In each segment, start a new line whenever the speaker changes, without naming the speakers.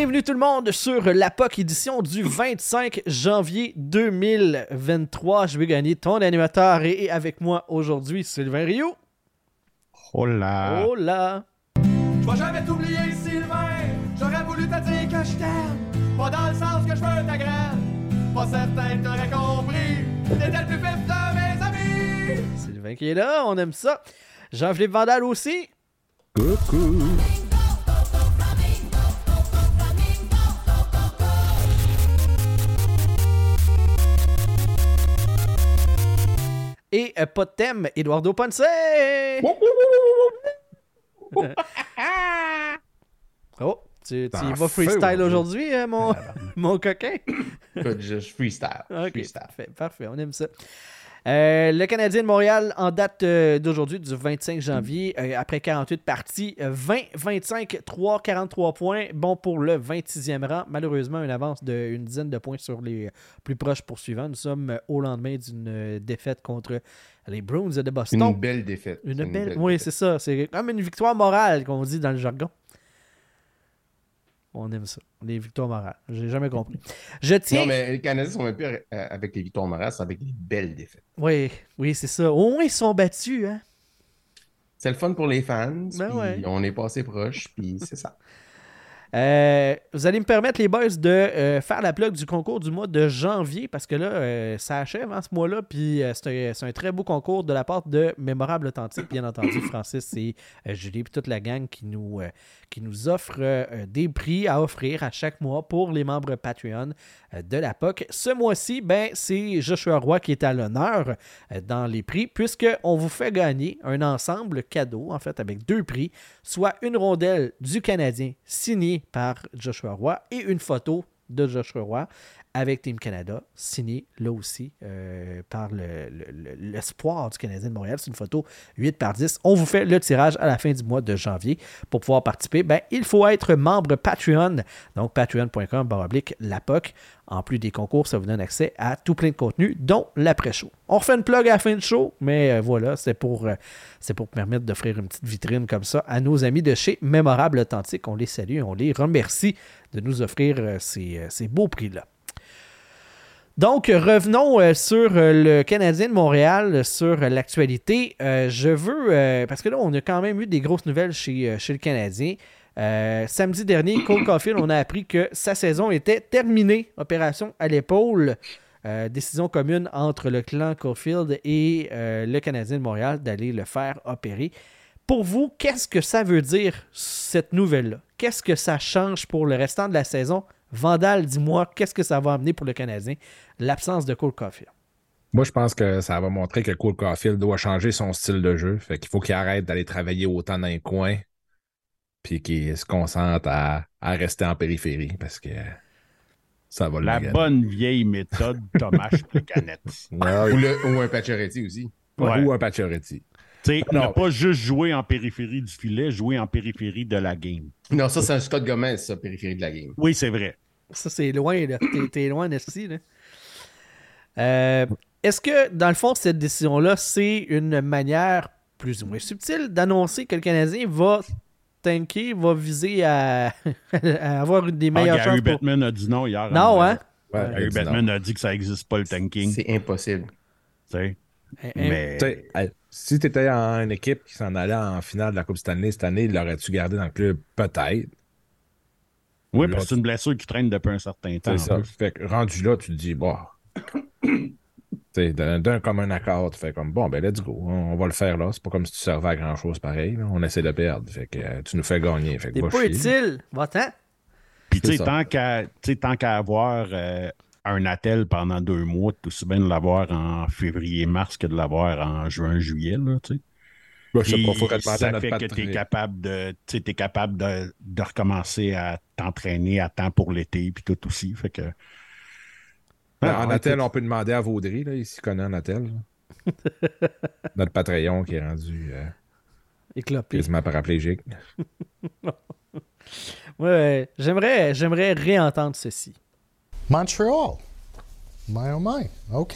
Bienvenue tout le monde sur la POC édition du 25 janvier 2023. Je vais gagner ton animateur et avec moi aujourd'hui Sylvain Rioux.
Hola.
Hola.
Je vais jamais t'oublier, Sylvain. J'aurais voulu te dire que je t'aime. Pas dans le sens que je veux ta graine. Pas certain que t'aurais compris. T'étais le plus vif de mes amis.
Sylvain qui est là, on aime ça. Jean-Philippe Vandal aussi.
Coucou.
Et pas de thème, Eduardo Ponce. Oh, tu y vas freestyle aujourd'hui, mon coquin?
Écoute, je freestyle.
Ok, parfait, on aime ça. Le Canadien de Montréal, en date d'aujourd'hui, du 25 janvier, après 48 parties, 20, 25, 3, 43 points. Bon pour le 26e rang. Malheureusement, une avance d'une dizaine de points sur les plus proches poursuivants. Nous sommes au lendemain d'une défaite contre les Bruins de Boston.
Une belle défaite.
Oui, défaite. C'est ça. C'est comme une victoire morale qu'on dit dans le jargon. On aime ça. Les victoires morales. J'ai jamais compris.
Non, mais les Canadiens sont même plus avec les victoires morales, c'est avec les belles défaites.
Oui, c'est ça. Au moins, ils sont battus, hein?
C'est le fun pour les fans.
Ben ouais.
On est passé proche, puis c'est ça.
Vous allez me permettre, les boys, de faire la plug du concours du mois de janvier, parce que là, ça achève ce mois-là, puis c'est un très beau concours de la part de Mémorable Authentique, bien entendu, Francis et Julie, puis toute la gang qui nous offre des prix à offrir à chaque mois pour les membres Patreon de la POC. Ce mois-ci, c'est Joshua Roy qui est à l'honneur dans les prix, puisqu'on vous fait gagner un ensemble cadeau, en fait, avec 2 prix, soit une rondelle du Canadien signée par Joshua Roy et une photo de Joshua Roy avec Team Canada, signée là aussi par l'espoir du Canadien de Montréal. C'est une photo 8x10. On vous fait le tirage à la fin du mois de janvier. Pour pouvoir participer, il faut être membre Patreon. Donc, patreon.com/LAPOC. En plus des concours, ça vous donne accès à tout plein de contenu, dont l'après-show. On refait une plug à la fin du show, mais voilà, c'est pour permettre d'offrir une petite vitrine comme ça à nos amis de chez Mémorable Authentique. On les salue, on les remercie de nous offrir ces beaux prix-là. Donc, revenons sur le Canadien de Montréal, sur l'actualité. Je veux, parce que là, on a quand même eu des grosses nouvelles chez le Canadien. Samedi dernier, Cole Caulfield, on a appris que sa saison était terminée. Opération à l'épaule. Décision commune entre le clan Caulfield et le Canadien de Montréal d'aller le faire opérer. Pour vous, qu'est-ce que ça veut dire, cette nouvelle-là? Qu'est-ce que ça change pour le restant de la saison? Vandal, dis-moi, qu'est-ce que ça va amener pour le Canadien, l'absence de Cole Caulfield?
Moi, je pense que ça va montrer que Cole Caulfield doit changer son style de jeu. Fait qu'il faut qu'il arrête d'aller travailler autant dans les coins puis qu'il se concentre à rester en périphérie parce que ça va le maganer.
Bonne vieille méthode Thomas Plekanec.
Ou un Pacioretty aussi.
Ouais. Ou un Pacioretty.
Ne pas juste jouer en périphérie du filet, jouer en périphérie de la game.
Non, ça, c'est un Scott Gomez, ça, périphérie de la game.
Oui, c'est vrai.
Ça, c'est loin, là. T'es loin, Nessie, là. Est-ce que, dans le fond, cette décision-là, c'est une manière plus ou moins subtile d'annoncer que le Canadien va tanker, va viser à avoir une des meilleures chances
Gary Bettman a dit non hier.
Non, hein?
Ouais,
Gary Bettman a dit que ça n'existe pas, le tanking.
C'est impossible.
Mais...
si tu étais en une équipe qui s'en allait en finale de la Coupe Stanley cette année, l'aurais-tu gardé dans le club? Peut-être.
Oui, parce que c'est une blessure qui traîne depuis un certain temps.
C'est ça. Fait que rendu là, tu te dis, d'un commun accord, tu fais comme, let's go, on va le faire là. C'est pas comme si tu servais à grand-chose pareil. Là. On essaie de perdre. Fait que tu nous fais gagner. Fait que
t'es pas utile. Va-t'en.
Puis tu sais, tant qu'à avoir un attel pendant 2 mois, tout aussi bien de l'avoir en février-mars que de l'avoir en juin-juillet, là, tu sais.
Je sais pas, faut
ça fait que tu es capable de recommencer à t'entraîner à temps pour l'été, puis tout aussi. Fait que...
en attel, on peut demander à Vaudry, là, il s'y connaît en attel. Notre Patreon qui est rendu quasiment paraplégique.
Ouais, j'aimerais réentendre ceci.
Montreal. My oh my. OK.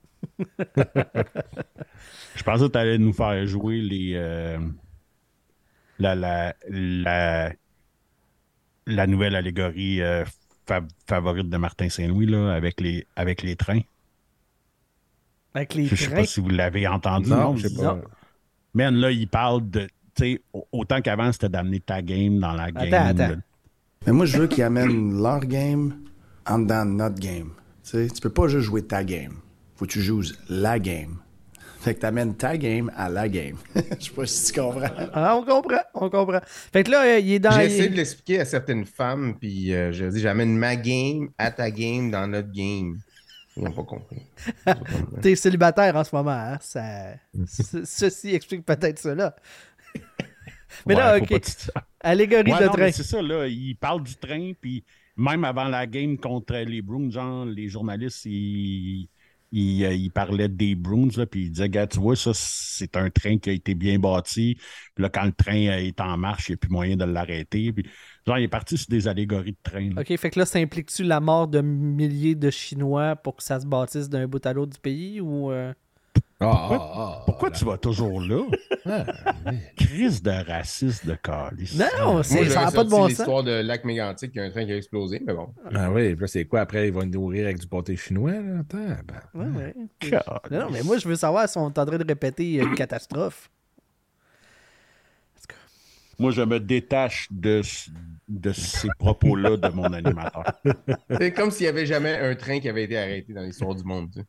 Je pensais que tu allais nous faire jouer les la nouvelle allégorie favorite de Martin Saint-Louis, là, avec les trains.
Avec les
Je sais
trains.
pas si vous l'avez entendu.
Non, je sais pas.
Non.
Man, là, il parle de... Tu sais, autant qu'avant, c'était d'amener ta game dans la game.
Attends.
Mais moi, je veux qu'ils amènent leur game en dedans de notre game. Tu sais, tu peux pas juste jouer ta game. Faut que tu joues la game. Fait que t'amènes ta game à la game. Je sais pas si tu comprends.
Ah, on comprend. Fait que là, il est dans...
J'ai essayé de l'expliquer à certaines femmes, puis je dis j'amène ma game à ta game dans notre game. Ils n'ont pas compris.
T'es célibataire en ce moment, hein? Ceci explique peut-être cela. Mais
Ouais,
là,
faut
OK.
pas dire ça.
Allégorie
Ouais,
de
non,
train.
mais c'est ça, là. Il parle du train, puis même avant la game contre les Bruins, genre, les journalistes, ils parlaient des Bruins, là, puis ils disaient, gars, tu vois, ça, c'est un train qui a été bien bâti. Puis là, quand le train est en marche, il n'y a plus moyen de l'arrêter. Puis, genre, il est parti sur des allégories de train. Là.
OK, fait que là, ça implique-tu la mort de milliers de Chinois pour que ça se bâtisse d'un bout à l'autre du pays ou...
Pourquoi tu vas toujours là? Crise de raciste de calice.
Non,
Moi,
ça n'a
j'aurais
pas de bon
sorti
sens.
l'histoire de Lac Mégantic, il y a un train qui a explosé, mais bon.
Ah oui, puis là, c'est quoi après? Ils vont nous nourrir avec du pâté chinois, là? Attends, ben.
Ouais.
God.
Non, mais moi, je veux savoir si on est en train de répéter une catastrophe.
Moi, je me détache de ces propos-là de mon animateur.
C'est comme s'il n'y avait jamais un train qui avait été arrêté dans l'histoire du monde. Tu sais.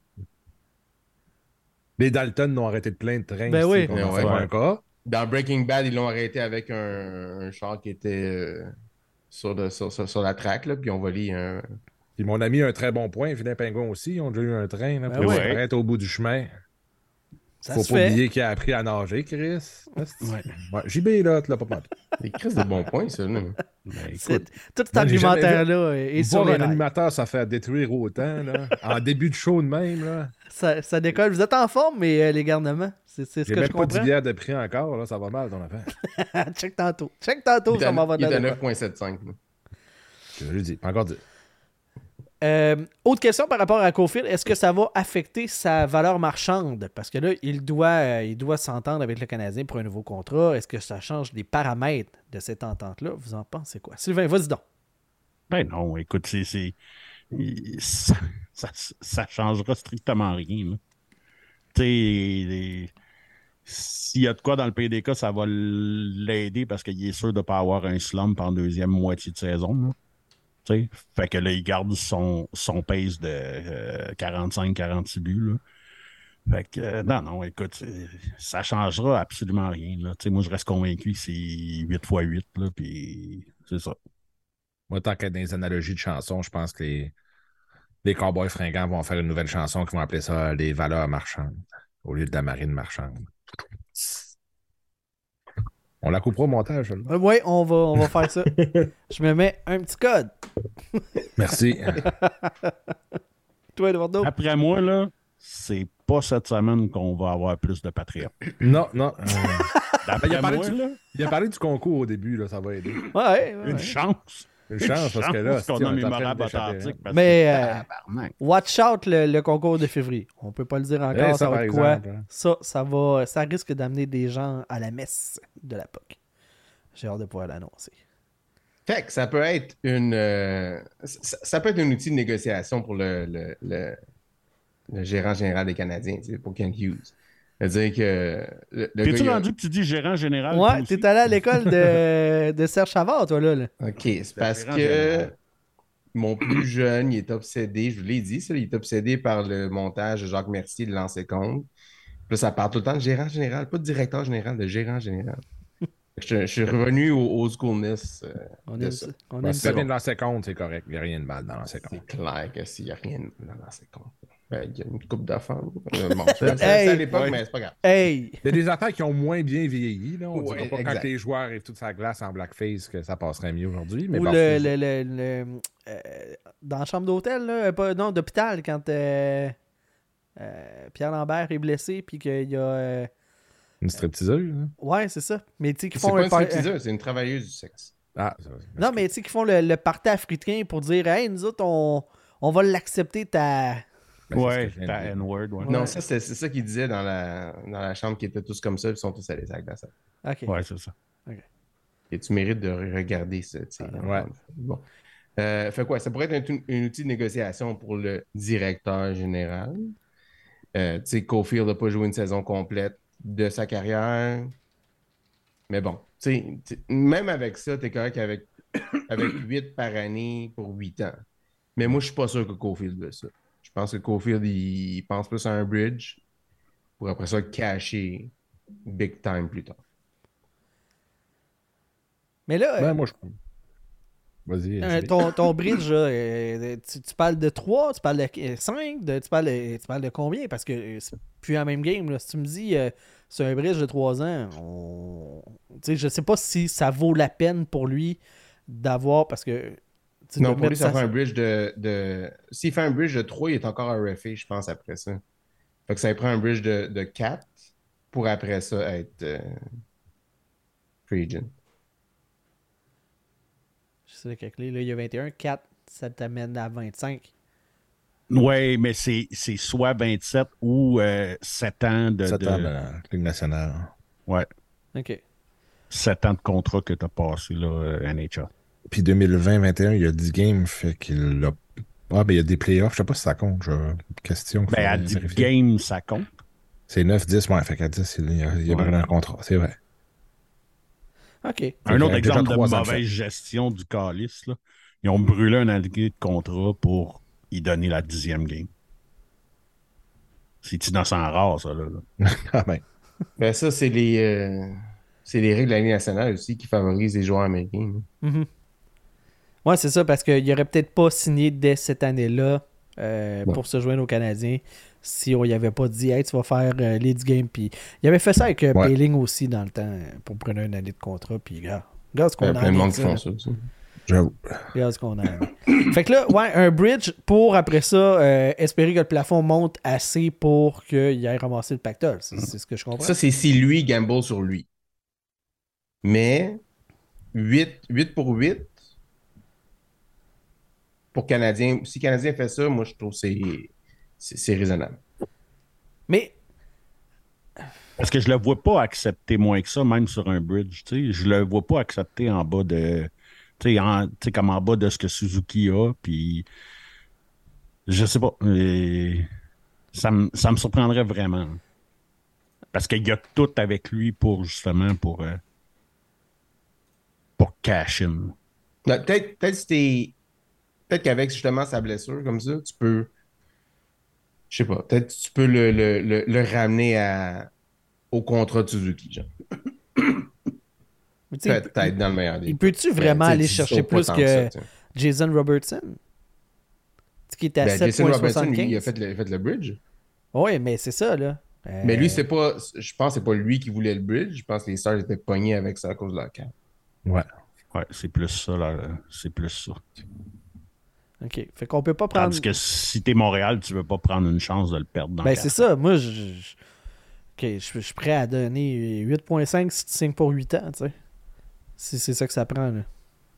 Les Dalton n'ont arrêté de plein de trains.
Ben oui.
On en
Ouais.
fait un cas.
Dans Breaking Bad, ils l'ont arrêté avec un char qui était sur la track, là, puis on volé un.
Puis mon ami a un très bon point. Vilain Pingouin aussi, ils ont déjà eu un train. Là,
Ben
pour
oui.
s'arrêter au bout du chemin.
Ça
Faut
se
pas
fait.
oublier qu'il a appris à nager, Chris.
Ouais.
Ouais, JB, là, tu l'as pas mal.
Des crises de bons points, ça. Là.
Ben,
C'est-
écoute,
Tout cet
man, j'ai jamais
argumentaire-là est sur
Voir
les
un
rails.
animateur se faire détruire autant, là, en début de show de même, là.
Ça décolle. Vous êtes en forme, mais les garnements, c'est ce
J'ai
que je
même pas
comprends.
10 bières de prix encore, là, ça va mal ton affaire.
Check tantôt. Check tantôt,
Il est
ça m'en va
à
donner.
9,75. là.
Je le dis, pas encore dit.
Autre question par rapport à Cofield, est-ce que ça va affecter sa valeur marchande? Parce que là, il doit s'entendre avec le Canadien pour un nouveau contrat. Est-ce que ça change les paramètres de cette entente-là? Vous en pensez quoi? Sylvain, vas-y donc.
ben non, écoute, ça changera strictement rien. là. Tu sais, s'il y a de quoi dans le PDK, ça va l'aider parce qu'il est sûr de ne pas avoir un slump en deuxième moitié de saison. Là. Tu sais, fait que là, il garde son pace de 45-46 buts. Là. Fait que, non, écoute, ça changera absolument rien. Là. Tu sais, moi, je reste convaincu que c'est 8x8, là, puis c'est ça.
Moi, tant qu'être dans les analogies de chansons, je pense que les Cowboys fringants vont faire une nouvelle chanson qui vont appeler ça les valeurs marchandes au lieu de la marine marchande. On la coupera au montage, là.
Oui, on va faire ça. Je me mets un petit code.
Merci.
Toi, Eduardo?
Après moi, là, c'est pas cette semaine qu'on va avoir plus de Patreon.
Non.
D'après
Il a parlé
moi,
du-
là,
Il a parlé du concours au début, là, ça va aider.
Ouais.
une chance.
Une chance, parce que là,
qu'on
si
a
on est en train de
mémorable
d'échapper,
authentique.
hein.
parce
Mais,
que, tabarnak.
watch out le concours de février. On peut pas le dire encore,
Eh,
ça va
par
être quoi.
exemple, hein.
Ça risque d'amener des gens à la messe de la POC. J'ai hâte de pouvoir l'annoncer.
Fait que ça peut être ça peut être un outil de négociation pour le gérant général des Canadiens, tu sais, pour Kent Hughes. C'est-à-dire que le
T'es-tu
gars, il a-
rendu que tu dis gérant général? toi
Ouais,
aussi?
t'es allé à l'école de Serge Chavard, toi, là.
OK, c'est parce
gérant
que
général.
mon plus jeune, il est obsédé, je vous l'ai dit, ça, il est obsédé par le montage de Jacques Mercier de Lancer Compte. Puis là, ça parle tout le temps de gérant général, pas de directeur général, de gérant général. Je suis revenu au old schoolness
On
de
aime
ça.
ça. On
Ben,
aime
si
ça.
ça vient de lancer compte, c'est correct. Il n'y a rien de mal dans lancer compte.
C'est clair que s'il n'y a rien dans Lancer Compte. Ben, il y a une coupe d'affaires. Bon, c'est
Hey,
à l'époque,
ouais.
mais c'est pas grave.
Hey!
Il y a des affaires qui ont moins bien vieilli. Là. On
Ouais,
dira pas
exact.
quand les joueurs arrivent toute sa glace en blackface que ça passerait mieux aujourd'hui. Mais
Ou
bon,
dans la chambre d'hôtel, là, non, d'hôpital, quand Pierre Lambert est blessé, puis qu'il y a...
une stripteaseuse. Hein?
ouais, c'est ça. Mais tu sais, qu'ils
C'est
font
pas
un
une stripteaseuse, c'est une travailleuse du sexe.
Ah,
Non, mais tu sais, qu'ils font le party africain pour dire, hey, nous autres, on va l'accepter, ta.
Ben, c'est
Ouais,
ce que je viens de
ta
dire.
N-word. Ouais.
Non, ça, c'est ça qu'il disait dans la chambre qui était tous comme ça, ils sont tous allés à la glace.
Ok.
Ouais, c'est ça.
Et tu mérites de regarder ça.
Ouais.
Bon. Fait quoi? Ça pourrait être un outil de négociation pour le directeur général. Tu sais, Caulfield n'a pas joué une saison complète de sa carrière. Mais bon, même avec ça, tu es correct avec 8 par année pour 8 ans. Mais moi, je suis pas sûr que Caulfield veut ça. Je pense que Caulfield, il pense plus à un bridge pour après ça cacher big time plus tard.
Mais là,
Ben, moi, je. Vas-y.
ton bridge, là, tu parles de 3, tu parles de 5, tu parles de combien? Parce que c'est plus la même game. Là. Si tu me dis c'est un bridge de 3 ans, je sais pas si ça vaut la peine pour lui d'avoir. Parce que.
Non, pour lui, ça fait un bridge de. S'il fait un bridge de 3, il est encore un RFA, je pense, après ça. Fait que ça prend un bridge de 4 pour après ça être free agent.
Je sais calculer. Là, il y a 21, 4, ça t'amène à 25.
Oui, mais c'est soit 27 ou 7 ans de.
7 ans de la Ligue nationale.
Ouais.
OK.
7 ans de contrat que tu as passé, là, NHL.
Puis 2020-21, il y a 10 games, fait qu'il a. Ah, ben il y a des playoffs, je sais pas si ça compte. Question.
Ben, à 10 games, ça compte.
C'est 9-10, ouais, fait qu'à 10, il y a pris un contrat, c'est vrai.
OK.
Un autre exemple de
3 ans
mauvaise gestion du calice, là. Ils ont brûlé un année de contrat pour y donner la 10e game. C'est innocent rare, ça, là.
Ah ben.
Ben ça, c'est les règles de la Ligue nationale aussi qui favorisent les joueurs américains.
Mm-hmm. Ouais, c'est ça, parce qu'il n'aurait peut-être pas signé dès cette année-là pour se joindre aux Canadiens si on n'y avait pas dit hey, tu vas faire les 10 games. Puis il avait fait ça avec Payling aussi dans le temps pour prendre une année de contrat. Puis regarde ce qu'on a.
Plein de monde qui font ça aussi.
J'avoue.
Regarde ce qu'on a. Fait que là, ouais, un bridge pour après ça espérer que le plafond monte assez pour qu'il aille ramasser le pactole. C'est ce que je comprends.
Ça, c'est si lui gamble sur lui. Mais 8 pour 8 pour Canadien. Si Canadien fait ça, moi, je trouve que c'est raisonnable.
Mais.
Parce que je le vois pas accepter moins que ça, même sur un bridge. T'sais. Je le vois pas accepter en bas de. T'sais, comme en bas de ce que Suzuki a. Puis. Je sais pas. Ça me surprendrait vraiment. Parce qu'il y a tout avec lui pour justement pour cash in.
Peut-être si t'es. Peut-être qu'avec justement sa blessure comme ça, tu peux. Je sais pas. Peut-être que tu peux le ramener au contrat de Suzuki, genre. Peut-être dans le meilleur des
cas. Peux-tu vraiment aller chercher plus que
ça,
Jason Robertson? Qui était à 7,75.
Jason Robertson, lui, il a fait le bridge.
Oui, mais c'est ça, là.
Mais lui, c'est pas. Je pense que c'est pas lui qui voulait le bridge. Je pense que les Stars étaient pognés avec ça à cause de la carte.
Ouais.
Ouais, c'est plus ça, là. C'est plus ça.
OK. Fait qu'on peut pas prendre.
Tandis que si t'es Montréal, tu veux pas prendre une chance de le perdre dans le
c'est ça. Moi, je suis prêt à donner 8,5 si tu signes pour 8 ans, tu sais. Si c'est ça que ça prend, là.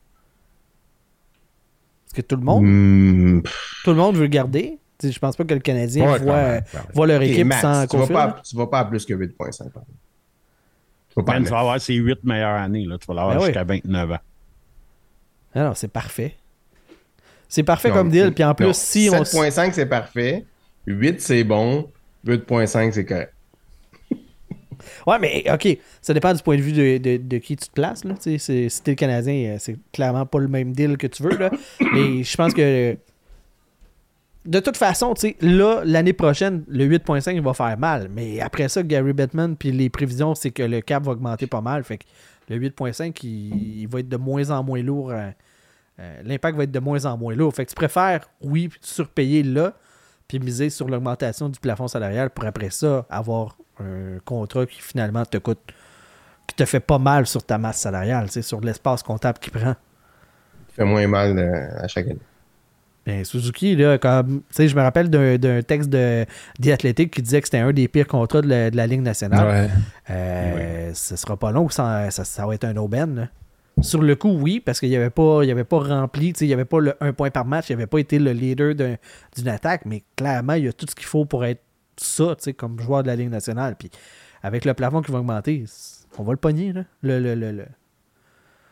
Parce que tout le monde veut le garder. T'sais, je pense pas que le Canadien voit leur équipe
Max,
sans Caulfield.
Tu vas pas à plus que 8,5.
Tu vas avoir ses 8 meilleures années. Là. Tu vas l'avoir jusqu'à 29 ans.
Ah non, c'est parfait. C'est parfait comme deal. Puis en plus, si
7,5 c'est parfait. 8 c'est bon. 8,5 c'est correct.
Ouais, mais OK, ça dépend du point de vue de qui tu te places. Là. Si t'es le Canadien, c'est clairement pas le même deal que tu veux. Là. Mais je pense que de toute façon, là, l'année prochaine, le 8,5 il va faire mal. Mais après ça, Gary Bettman, puis les prévisions, c'est que le cap va augmenter pas mal. Fait que le 8,5 il va être de moins en moins lourd. L'impact va être de moins en moins lourd. Fait que tu préfères, oui, surpayer là, puis miser sur l'augmentation du plafond salarial pour après ça avoir un contrat qui finalement te coûte, qui te fait pas mal sur ta masse salariale, sur l'espace comptable qu'il prend.
Il fait moins mal à chaque année.
Bien, Suzuki, là, comme, je me rappelle d'un texte de The Athletic qui disait que c'était un des pires contrats de la Ligue nationale.
Ouais.
Ce sera pas long, ça va être un aubaine. Là. Sur le coup, oui, parce qu'il n'y avait pas rempli, il n'y avait pas le 1 point par match, il n'avait pas été le leader d'une attaque, mais clairement, il y a tout ce qu'il faut pour être ça, comme joueur de la Ligue nationale. Puis avec le plafond qui va augmenter, on va le pogner, là.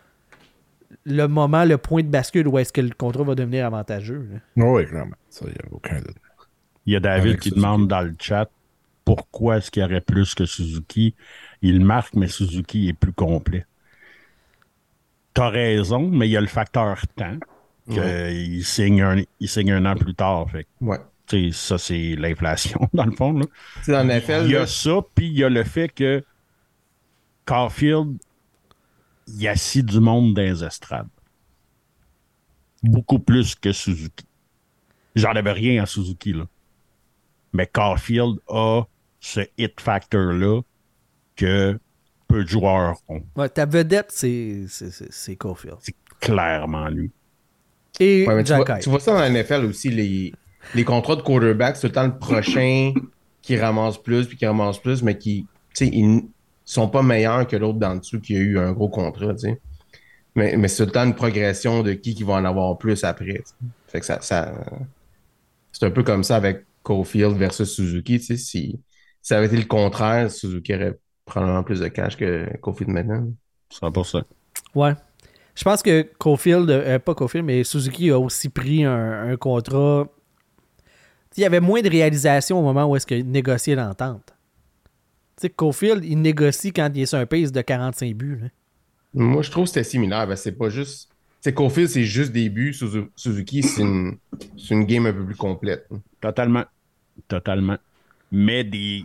le moment, le point de bascule où est-ce que le contrat va devenir avantageux. Là.
Oui, clairement. Ça, il n'y a aucun doute.
Il y a David
Avec
qui
Suzuki.
demande dans le chat pourquoi est-ce qu'il y aurait plus que Suzuki. Il marque, mais Suzuki est plus complet. T'as raison, mais il y a le facteur temps. Il signe un an plus tard. Fait que,
Ouais.
tu sais, ça, c'est l'inflation, dans le fond. Là.
Tu sais, dans la NFL,
Il y
là,
a ça, puis il y a le fait que Caulfield, il assit du monde dans les estrades. Beaucoup plus que Suzuki. J'enlève rien à Suzuki, là. Mais Caulfield a ce hit factor-là que peu de joueurs ont.
Ouais, ta vedette, c'est Caulfield.
C'est clairement lui.
Et
ouais, mais
Jack Hyde.
tu vois ça dans la NFL aussi, les contrats de quarterback, c'est tout le temps le prochain qui ramasse plus, mais qui, tu sais, ils sont pas meilleurs que l'autre d'en dessous qui a eu un gros contrat, tu sais. Mais c'est tout le temps une progression de qui va en avoir plus après. T'sais. Fait que ça c'est un peu comme ça avec Caulfield versus Suzuki. Si ça avait été le contraire, Suzuki aurait probablement plus de cash que Caulfield maintenant.
100%.
Ouais. Je pense que Caulfield, pas Caulfield, mais Suzuki a aussi pris un contrat. Il y avait moins de réalisation au moment où est-ce qu'il négociait l'entente. Tu sais, Caulfield, il négocie quand il est sur un pace de 45 buts. Là.
Moi, je trouve que c'était similaire. Ben, c'est pas juste. C'est Caulfield, c'est juste des buts. Suzuki, c'est une game un peu plus complète.
Totalement. Mais des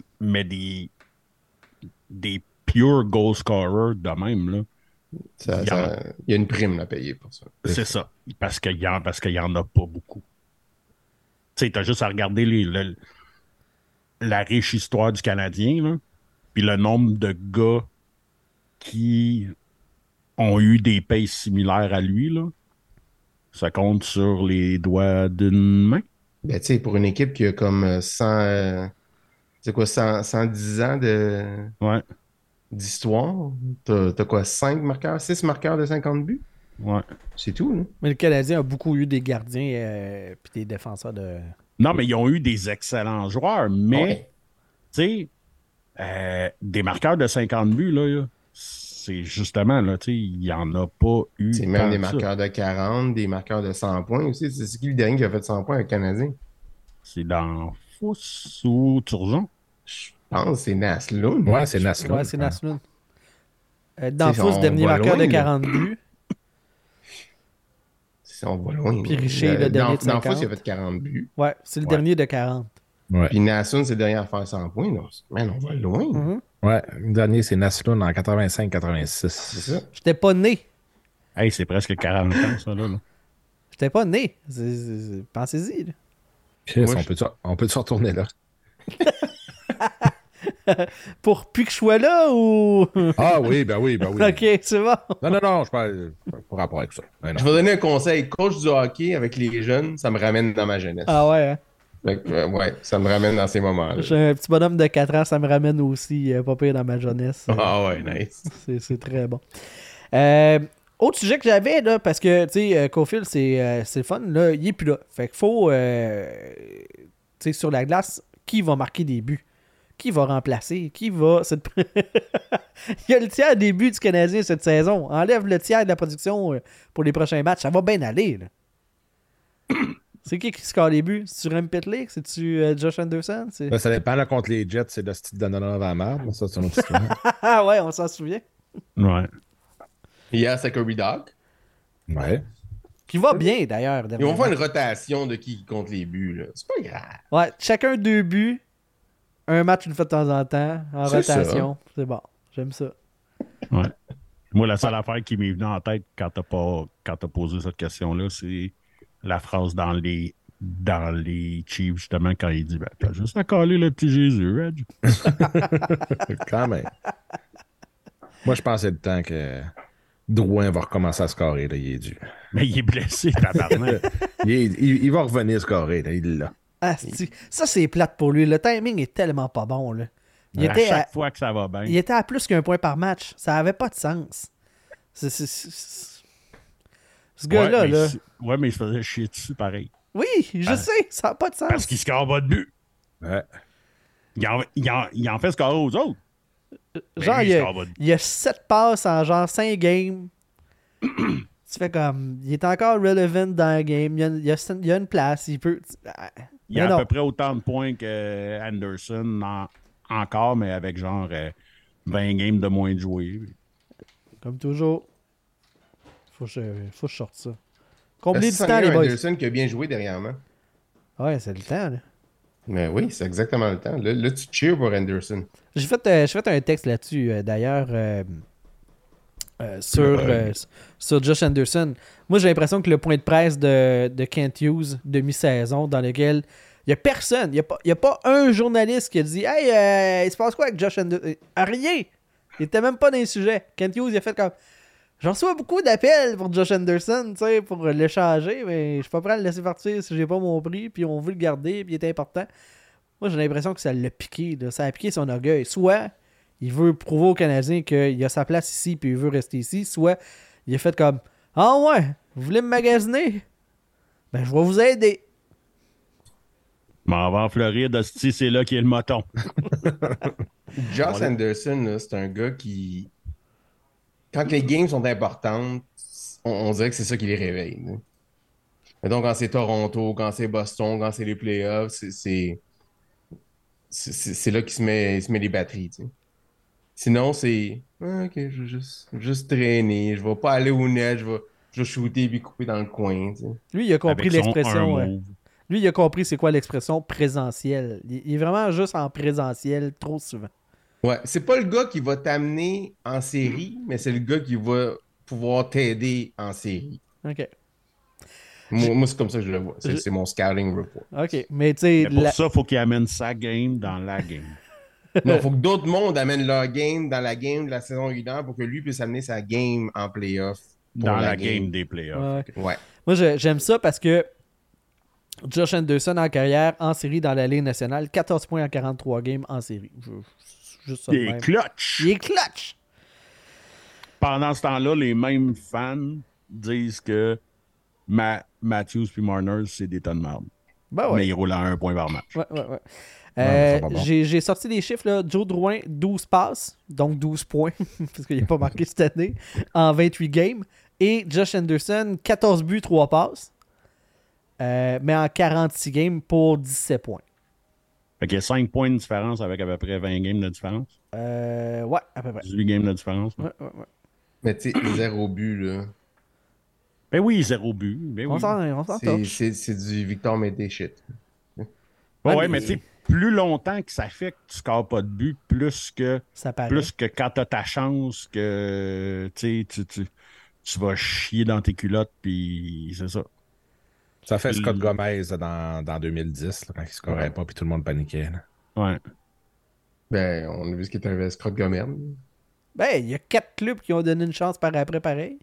pure goal scorers de même, là.
Il y a une prime à payer pour ça.
C'est ça. Parce qu'il y en a pas beaucoup. Tu sais, t'as juste à regarder la riche histoire du Canadien, là, puis le nombre de gars qui ont eu des paces similaires à lui, là. Ça compte sur les doigts d'une main.
Ben, tu sais, pour une équipe qui a comme 110 ans
Ouais.
d'histoire, t'as quoi, 6 marqueurs de 50 buts?
Ouais.
C'est tout, là.
Mais le Canadien a beaucoup eu des gardiens et des défenseurs de.
Non, mais ils ont eu des excellents joueurs, mais,
Ouais.
tu sais, des marqueurs de 50 buts, là, c'est justement, là, tu sais, il n'y en a pas eu.
C'est même
tant
des
que ça.
marqueurs de 40, des marqueurs de 100 points aussi. C'est qui le dernier qui a fait 100 points avec le Canadien?
C'est dans Fousse ou Turgeon?
Je pense que c'est Naslund.
Ouais, c'est Naslund.
Ouais, c'est Naslund. Dans
Tu sais,
Fous,
on
dernier
va
marqueur
loin,
de
là.
40 buts.
On va loin.
Puis Richer, le dernier de
Dans
50.
Fous, il a fait 40 buts.
Ouais, c'est le
Ouais.
dernier de 40.
Ouais.
Puis Naslund, c'est le dernier à faire 100 points. Donc, man, on va loin.
Mhm.
Ouais, le dernier, c'est Naslund en 85-86.
C'est ça.
J'étais pas né.
Hey, c'est presque 40 ans, ça, là.
J'étais pas né. Pensez-y. Là.
Chris,
Moi,
on peut se retourner là.
Pour plus que je sois là ou.
Ah oui, ben oui.
Ok, c'est bon.
Non, je parle pas rapport avec ça. Ben non.
Je vais donner un conseil. Coach du hockey avec les jeunes, ça me ramène dans ma jeunesse.
Ah ouais, hein?
Fait que, ouais, ça me ramène dans ces moments-là.
J'ai un petit bonhomme de 4 ans, ça me ramène aussi pas pire dans ma jeunesse.
Ah ouais, nice.
C'est très bon. Autre sujet que j'avais, là, parce que, tu sais, Caulfield, c'est le fun, là, il est plus là. Fait qu'il faut, tu sais, sur la glace, qui va marquer des buts? Qui va remplacer? Qui va... Il y a le tiers des buts du Canadien cette saison. Enlève le tiers de la production pour les prochains matchs. Ça va bien aller, là. C'est qui score les buts? C'est-tu Rem Pitlick? C'est-tu Josh Anderson?
Ben, ça dépend, là, contre les Jets, c'est le style d'Anonov à la marde, mais ça, c'est une autre histoire.
Ah ouais, on s'en souvient.
Ouais.
Hier, c'est Kirby Dog.
Ouais.
Qui va bien, d'ailleurs.
Ils vont faire une rotation de qui compte les buts, là. C'est pas grave.
Ouais, chacun 2 buts. Un match une fois de temps en temps, en
C'est
rotation. C'est bon. J'aime ça.
Ouais. Moi, la seule affaire qui m'est venue en tête quand t'as posé cette question-là, c'est la phrase dans les Chiefs, justement, quand il dit « T'as juste à coller le petit Jésus, Reg. »
Quand même. Moi, je pense que c'est le temps que Drouin va recommencer à scorer. Là, il est dû.
Mais il est blessé, tabarnak.
Il va revenir scorer. Là, il l'a.
Ah, ça, c'est plate pour lui. Le timing est tellement pas bon. Là.
À chaque fois que ça va bien.
Il était à plus qu'un point par match. Ça avait pas de sens. Ce gars-là, là.
Ouais, mais il se faisait chier dessus, pareil.
Oui, je sais, ça n'a pas de sens.
Parce qu'il score pas de but.
Ouais.
Il en fait scorer aux autres.
Genre,
lui,
il
score pas de but.
y a 7 passes en genre 5 games. Tu fais comme, il est encore relevant dans la game, il y a une place, il peut...
Il y a
Mais
à
non.
peu près autant de points que Anderson encore, mais avec genre 20 games de moins de jouer.
Comme toujours. Faut que je sorte ça. Combien de
C'est
temps, les boys?
Anderson qui a bien joué dernièrement.
Ouais, c'est le temps, là.
Mais oui, c'est exactement le temps. Là, tu cheers pour Anderson.
J'ai fait un texte là-dessus, d'ailleurs, sur Josh Anderson. Moi, j'ai l'impression que le point de presse de Kent Hughes de mi-saison, dans lequel il n'y a personne, il n'y a pas un journaliste qui a dit « Hey, il se passe quoi avec Josh Anderson? » Rien! Il était même pas dans les sujets. Kent Hughes, il a fait comme « J'en reçois beaucoup d'appels pour Josh Anderson, tu sais, pour l'échanger, mais je suis pas prêt à le laisser partir si j'ai pas mon prix, puis on veut le garder, puis il est important. » Moi, j'ai l'impression que ça l'a piqué, là. Ça a piqué son orgueil. Soit il veut prouver aux Canadiens qu'il a sa place ici puis il veut rester ici, soit il a fait comme « Ah ouais, vous voulez me magasiner? Ben, je vais vous aider. »
M'en va en Floride, hostie, c'est là qu'il y a le moton.
Josh Anderson, là, c'est un gars qui... Quand les games sont importantes, on dirait que c'est ça qui les réveille. Là. Mais donc, quand c'est Toronto, quand c'est Boston, quand c'est les playoffs, c'est là qu'il se met les batteries. Tu sais. Sinon, c'est OK, je vais juste traîner, je vais pas aller au net, je vais shooter puis couper dans le coin. Tu sais.
Lui, il a compris
Avec son
l'expression.
un move.
Lui, il a compris c'est quoi l'expression présentiel. Il est vraiment juste en présentiel trop souvent.
Ouais, c'est pas le gars qui va t'amener en série, mais c'est le gars qui va pouvoir t'aider en série.
OK.
Moi, c'est comme ça que je le vois. C'est mon scouting report.
OK. Mais tu sais,
Mais pour ça, il faut qu'il amène sa game dans la game.
Non, il faut que d'autres mondes amènent leur game dans la game de la saison régulière pour que lui puisse amener sa game en playoff. pour
Dans la game des playoffs.
ouais.
Ouais.
Moi, j'aime ça parce que Josh Anderson en carrière, en série dans la Ligue nationale, 14 points en 43 games en série. Juste ça de
Il
même.
est clutch.
Il est clutch!
Pendant ce temps-là, les mêmes fans disent que Matthews puis Marner, c'est des tonnes de merde.
Ben ouais.
Mais ils roulent à 1 point par match.
Ouais.
ça va bon.
J'ai sorti des chiffres, là. Joe Drouin, 12 passes, donc 12 points, parce qu'il n'a pas marqué cette année, en 28 games. Et Josh Anderson, 14 buts, 3 passes, mais en 46 games pour 17 points.
Fait qu'il y a 5 points de différence avec à peu près 20 games de différence.
Ouais, à peu près.
18 games de différence.
Ouais.
Mais tu sais, 0 but, là.
Ben oui, 0 but. Ben oui.
On s'en torche.
C'est du Victor Mété shit.
Ouais, mais tu sais, plus longtemps que ça fait que tu scores pas de but, plus que quand t'as ta chance que tu vas chier dans tes culottes, puis c'est ça.
Ça fait Scott Gomez dans 2010, là, quand il ne scorait pas, puis tout le monde paniquait. Là.
Ouais.
Ben, on a vu ce qui est arrivé à Scott Gomez.
Ben, il y a 4 clubs qui ont donné une chance par après, pareil.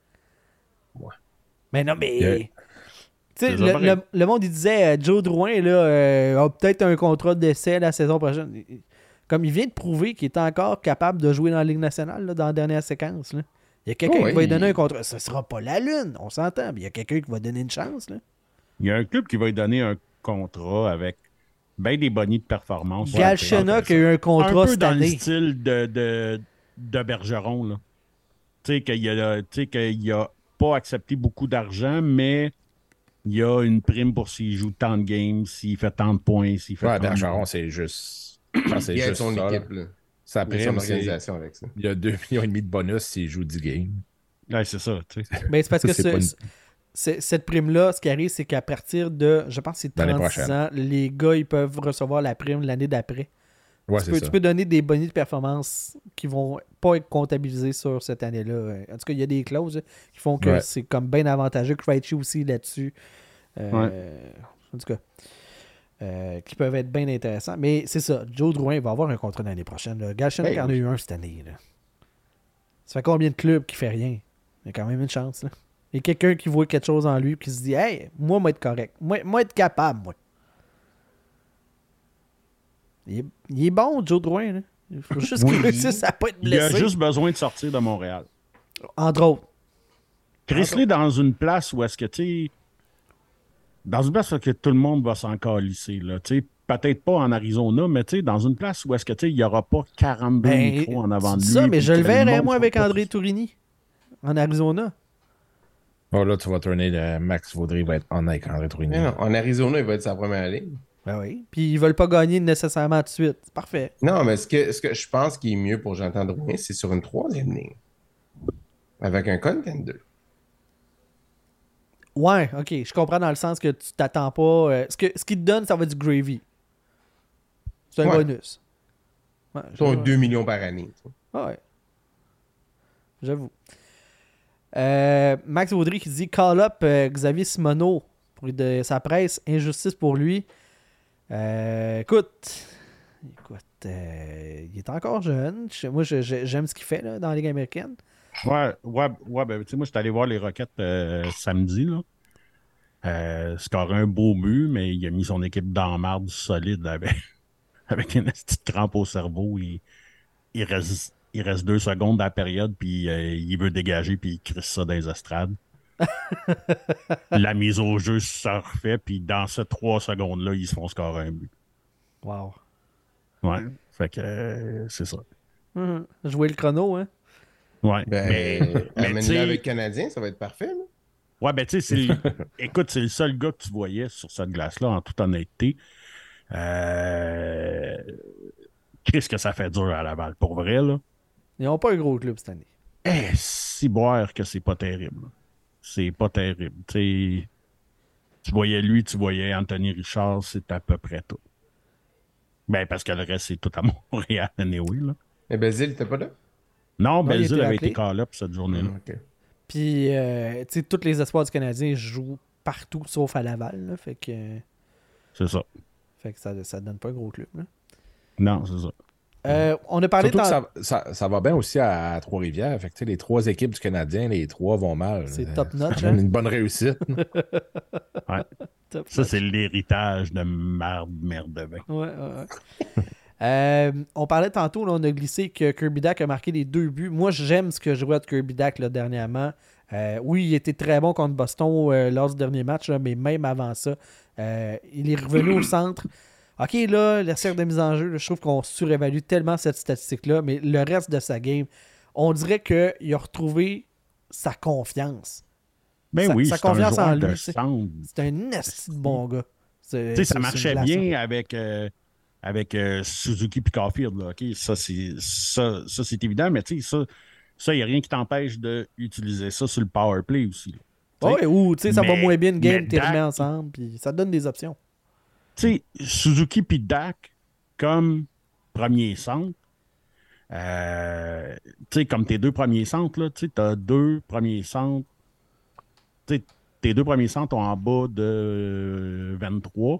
Ouais.
Mais non, mais...
Yeah.
Tu sais,
C'est ça, pareil.
le monde, il disait, Joe Drouin, là, a peut-être un contrat d'essai la saison prochaine. Comme il vient de prouver qu'il est encore capable de jouer dans la Ligue nationale, là, dans la dernière séquence, là. Il y a quelqu'un qui va lui donner un contrat. Ce sera pas la lune, on s'entend, mais il y a quelqu'un qui va donner une chance, là.
Il y a un club qui va lui donner un contrat avec bien des bonnies de performance.
Galchenyuk a eu un contrat
un peu
cette
dans
année.
le style de Bergeron, là. Tu sais, qu'il a pas accepté beaucoup d'argent, mais il y a une prime pour s'il joue tant de games, s'il fait tant de points, s'il fait
Ouais,
tant de...
Bergeron, c'est juste. Je pense que c'est
Il aide
juste
son
ça.
équipe, là.
Sa
Il a son
prime, c'est.
organisation avec ça.
Il y a 2,5 millions de bonus s'il joue 10 games.
Ouais, c'est ça, tu sais.
Ben, c'est parce que
C'est pas une-
cette prime-là, ce qui arrive, c'est qu'à partir de, je pense que c'est
L'année
36
prochaine.
ans, les gars, ils peuvent recevoir la prime l'année d'après.
Ouais,
Tu
c'est
peux,
ça.
tu peux donner des bonus de performance qui vont pas être comptabilisés sur cette année-là. En tout cas, il y a des clauses qui font que
Ouais.
c'est comme bien avantageux. Krejci aussi là-dessus. En tout cas, qui peuvent être bien intéressants. Mais c'est ça. Joe Drouin va avoir un contrat l'année prochaine. Galchenyuk en a eu un cette année. Là. Ça fait combien de clubs qui fait rien? Il y a quand même une chance. Là. Il y a quelqu'un qui voit quelque chose en lui et qui se dit « Hey, moi être correct. Moi être capable, moi. » Il est bon, Joe Drouin. Là. Il faut juste qu'il réussisse à pas être
Il a
blessé.
juste besoin de sortir de Montréal.
Entre autres.
Chris-les dans une place où est-ce que, tu sais... Dans une place où que tout le monde va s'en calisser, là. Tu sais, peut-être pas en Arizona, mais tu sais, dans une place où est-ce que, tu sais, il n'y aura pas 42 micros en avant de lui.
Ça, mais
puis
je
que
le verrais,
monde
moi,
soit
avec
pas-
André Tourini, en Arizona.
Oh, là, tu vas tourner le Max Vaudry va être on avec André Tourigny.
Mais non, en Arizona, il va être sa première ligne.
Ben oui. Puis ils veulent pas gagner nécessairement tout de suite. C'est parfait.
Non, mais ce que je pense qui est mieux pour Jonathan Drouin, c'est sur une troisième ligne. Avec un contender.
Ouais, ok. Je comprends dans le sens que tu t'attends pas. Ce qu'ils te donnent, ça va être du gravy. C'est un
Ouais.
bonus. Ouais,
Ils ont
je-
2 millions par année. Tu sais.
Ouais. J'avoue. Max Vaudry qui dit call up Xavier Simoneau pour de sa presse, injustice pour lui. Écoute, il est encore jeune. Moi, j'aime ce qu'il fait là, dans la Ligue américaine.
Ouais, ben, tu sais, moi, j'étais allé voir les Rockets samedi, là. Scoré un beau but, mais il a mis son équipe dans la marde solide avec une petite crampe au cerveau. Il reste 2 secondes dans la période, puis il veut dégager, puis il crisse ça dans les estrades. La mise au jeu se refait, puis dans ces 3 secondes-là, ils se font scorer un but.
Wow.
Ouais, fait que c'est ça.
Jouer le chrono, hein.
Ouais,
Ben,
mais tu
amène-le
sais,
avec Canadien, ça va être parfait. Là.
ouais, ben tu sais, écoute, c'est le seul gars que tu voyais sur cette glace-là, en toute honnêteté. Qu'est-ce que ça fait dur à Laval, pour vrai, là.
Ils n'ont pas un gros club cette année.
Si boire que c'est pas terrible. C'est pas terrible. Tu voyais lui, tu voyais Anthony Richard, c'est à peu près tout. Ben, parce que le reste, c'est tout à Montréal, anyway, là.
Mais Basile, t'es pas là?
Non,
il
Belzile
était
avait
appelé.
été call-up cette journée-là.
OK.
Puis, tu sais, tous les espoirs du Canadien jouent partout sauf à Laval. Là, fait que ça donne pas un gros club. Là.
Non, c'est ça.
On a parlé
Surtout que ça va bien aussi à Trois-Rivières. Fait que, tu sais, les 3 équipes du Canadien, les 3 vont mal.
C'est top notch,
Ça donne
hein?
une bonne réussite.
Ouais.
Top
Ça,
notch.
c'est l'héritage de merde de vin.
Ouais. On parlait tantôt, là, on a glissé que Kirby Dack a marqué les 2 buts. Moi, j'aime ce que je vois de Kirby Dack là, dernièrement. Oui, il était très bon contre Boston lors du dernier match, là, mais même avant ça, il est revenu au centre. OK, là, la cercle de mise en jeu, là, je trouve qu'on surévalue tellement cette statistique-là, mais le reste de sa game, on dirait qu'il a retrouvé sa confiance.
Ben oui,
sa
c'est un
confiance en
joueur
lui.
de centre.
C'est un esti de bon gars.
Tu sais, ça marchait bien avec Suzuki et Caulfield. Là, OK? Ça, c'est évident, mais tu sais, ça, il n'y a rien qui t'empêche d'utiliser ça sur le power play aussi. Là.
Ouais, ou tu sais, ça va
Mais-
moins bien une game,
mais
t'es remets
Dak-
ensemble, puis ça te donne des options.
Tu sais, Suzuki puis Dak, comme premier centre, tu sais, comme tes 2 premiers centres, là, tu sais, t'as 2 premiers centres. Tu sais, tes 2 premiers centres ont en bas de 23.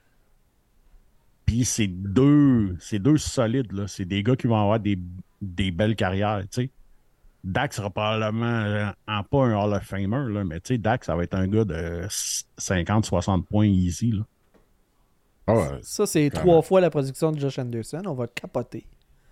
Puis c'est deux solides, là. C'est des gars qui vont avoir des belles carrières, tu sais. Dak sera probablement pas un Hall of Famer, là, mais tu sais, Dak, ça va être un gars de 50-60 points easy, là.
Ah ouais.
Ça, c'est
Clairement.
3 fois la production de Josh Anderson. On va capoter.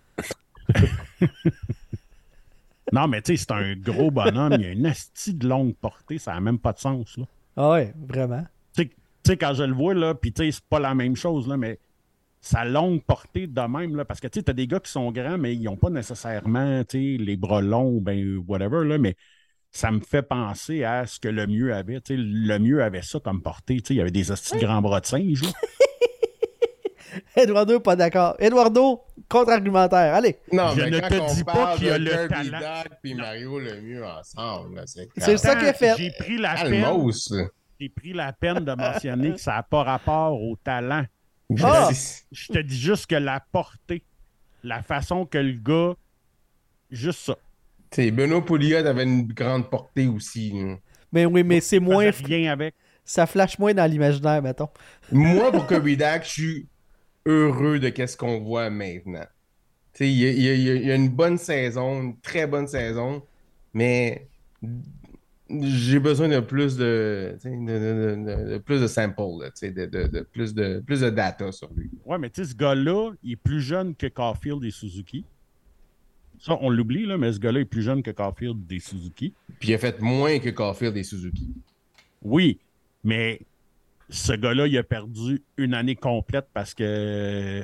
Non, mais tu sais, c'est un gros bonhomme. Il a une asti de longue portée. Ça n'a même pas de sens, là.
Ah ouais, vraiment.
Tu sais, quand je le vois, là, puis tu sais, c'est pas la même chose, là, mais sa longue portée de même, là, parce que tu sais, t'as des gars qui sont grands, mais ils n'ont pas nécessairement, tu sais, les bras longs ou ben whatever, là, mais ça me fait penser à ce que le mieux avait. Tu sais, le mieux avait ça comme portée. Tu sais, il y avait des asti de grands bras de singe, là.
Eduardo, pas d'accord. Eduardo, contre-argumentaire. Allez.
Non,
Je
mais
ne
quand
te
on
dis pas
parle
qu'il y a
de
le
Kirby
talent.
Dack puis Mario Lemieux ensemble, là, c'est
C'est ça
Attends,
qu'il a fait.
J'ai pris la peine.
Calmos, là.
J'ai pris la peine de mentionner que ça n'a pas rapport au talent.
Ah!
Je te dis juste que la portée, la façon que le gars. Juste ça.
Tu sais, Benoît Pouliot avait une grande portée aussi. Là.
Mais oui, mais c'est moins.
Ça rien avec.
Ça flash moins dans l'imaginaire, mettons.
Moi, pour Kirby Dack, je suis heureux de ce qu'on voit maintenant. Tu sais, il y a une bonne saison, une très bonne saison, mais j'ai besoin de plus de, tu sais, de plus de samples, là, tu sais, de plus de data sur lui.
Ouais, mais tu sais, ce gars-là, il est plus jeune que Caulfield et Suzuki. Ça, on l'oublie, là, mais ce gars-là est plus jeune que Caulfield et Suzuki.
Puis il a fait moins que Caulfield et Suzuki.
Oui, mais ce gars-là, il a perdu une année complète parce que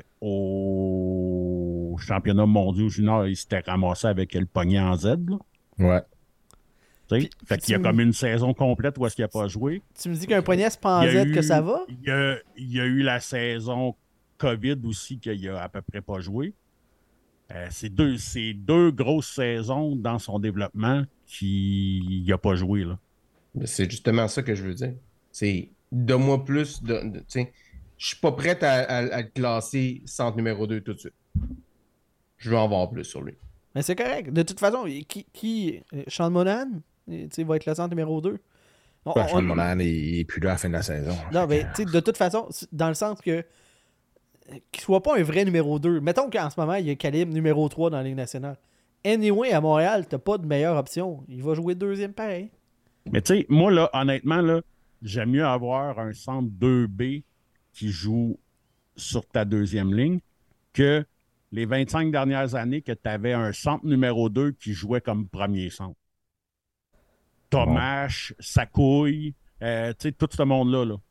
au championnat mondial junior, il s'était ramassé avec le poignet en Z. Là.
Ouais.
Fait qu'il y a comme une saison complète où est-ce qu'il n'a pas joué.
Tu me dis qu'un poignet spanzette que ça va?
Il y a eu la saison COVID aussi qu'il a à peu près pas joué. C'est deux grosses saisons dans son développement qu'il n'a pas joué. Là.
C'est justement ça que je veux dire. C'est donne-moi plus de tu sais, je suis pas prêt à le classer centre numéro 2 tout de suite. Je veux en voir plus sur lui.
Mais c'est correct. De toute façon, Sean Monahan, va être le centre numéro 2.
Sean Monahan n'est plus là à la fin de la saison.
Non, mais de toute façon, dans le sens que qu'il soit pas un vrai numéro 2. Mettons qu'en ce moment, il y a calibre numéro 3 dans la Ligue nationale. Anyway, à Montréal, t'as pas de meilleure option. Il va jouer deuxième pareil.
Mais tu sais, moi, là, honnêtement, là, j'aime mieux avoir un centre 2B qui joue sur ta deuxième ligne que les 25 dernières années que tu avais un centre numéro 2 qui jouait comme premier centre. Thomas, Sakouille, tu sais, tout ce monde-là. Là.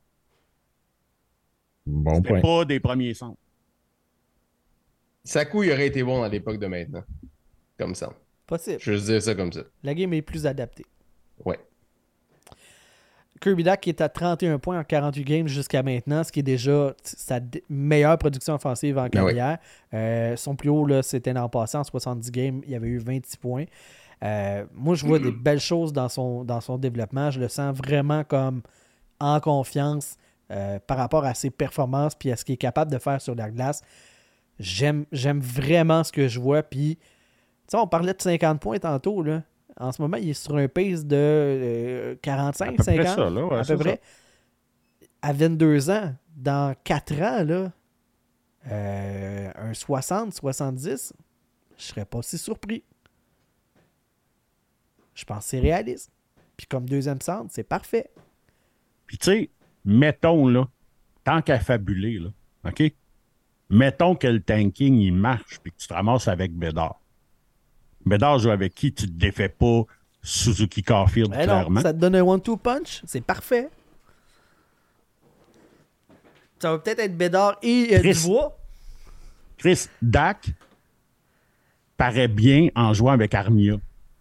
Bon
C'était
point.
pas des premiers centres.
Sakou, il aurait été bon à l'époque de maintenant. Comme ça.
Possible.
Je veux juste dire ça comme ça.
La game est plus adaptée.
Ouais.
Kirby Dach qui est à 31 points en 48 games jusqu'à maintenant, ce qui est déjà sa meilleure production offensive en carrière. Son plus haut, là, c'était l'an passé, en 70 games, il y avait eu 26 points. Moi, je vois des belles choses dans son développement. Je le sens vraiment comme en confiance par rapport à ses performances puis à ce qu'il est capable de faire sur la glace. J'aime vraiment ce que je vois. Puis, on parlait de 50 points tantôt, là. En ce moment, il est sur un pace de 45, 50,
ça, là, ouais,
à peu près. Ça. À 22 ans, dans 4 ans, là, un 60, 70, je serais pas si surpris. Je pense que c'est réaliste. Puis comme deuxième centre, c'est parfait.
Puis tu sais, mettons, là, tant qu'à fabuler, là, OK? Mettons que le tanking, il marche puis que tu te ramasses avec Bédard. Bédard joue avec qui? Tu te défais pas Suzuki Caulfield, clairement.
Non, ça te donne un 1-2 punch, c'est parfait. Ça va peut-être être Bédard et Dubois.
Chris, Dak paraît bien en jouant avec Armia.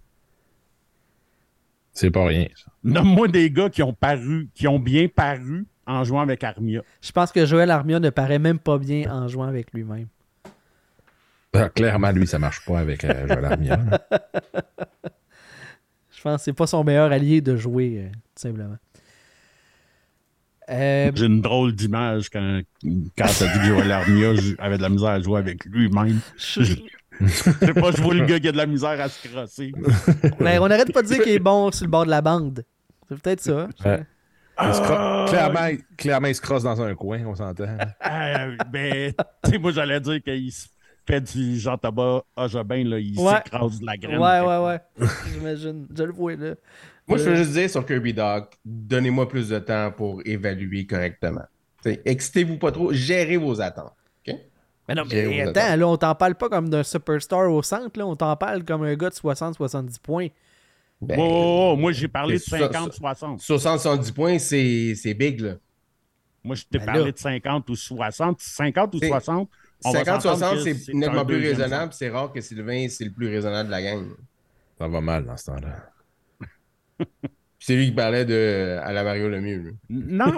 C'est pas rien, ça.
Nomme-moi des gars qui ont bien paru en jouant avec Armia.
Je pense que Joël Armia ne paraît même pas bien en jouant avec lui-même.
Clairement, lui, ça marche pas avec Joël Armia.
Je pense que c'est pas son meilleur allié de jouer, tout simplement.
J'ai une drôle d'image quand t'as dit que Joël Armia avait de la misère à jouer avec lui-même. Je sais pas, je vois le gars qui a de la misère à se crosser.
Mais on n'arrête pas de dire qu'il est bon sur le bord de la bande. C'est peut-être ça.
Clairement, il se crosse dans un coin, on s'entend.
Ben, tu sais, moi, j'allais dire qu'il se fait du Jean-Thomas Ajobin, là, il s'écrase de la graine.
Ouais. J'imagine. Je le vois, là.
Moi, je veux juste dire sur Kirby Dach, donnez-moi plus de temps pour évaluer correctement. Excitez-vous pas trop, gérez vos attentes. OK?
Mais non, mais attends, là, on t'en parle pas comme d'un superstar au centre, là, on t'en parle comme un gars de 60-70 points.
Ben, moi, j'ai parlé de 50-60.
70 points, c'est big, là.
Moi, je t'ai parlé de 50 ou 60. 50 ou 60,
50-60, c'est nettement plus raisonnable. C'est rare que Sylvain, c'est le plus raisonnable de la gang.
Ça va mal dans ce temps-là.
C'est lui qui parlait à la Mario Lemieux. Lui.
Non,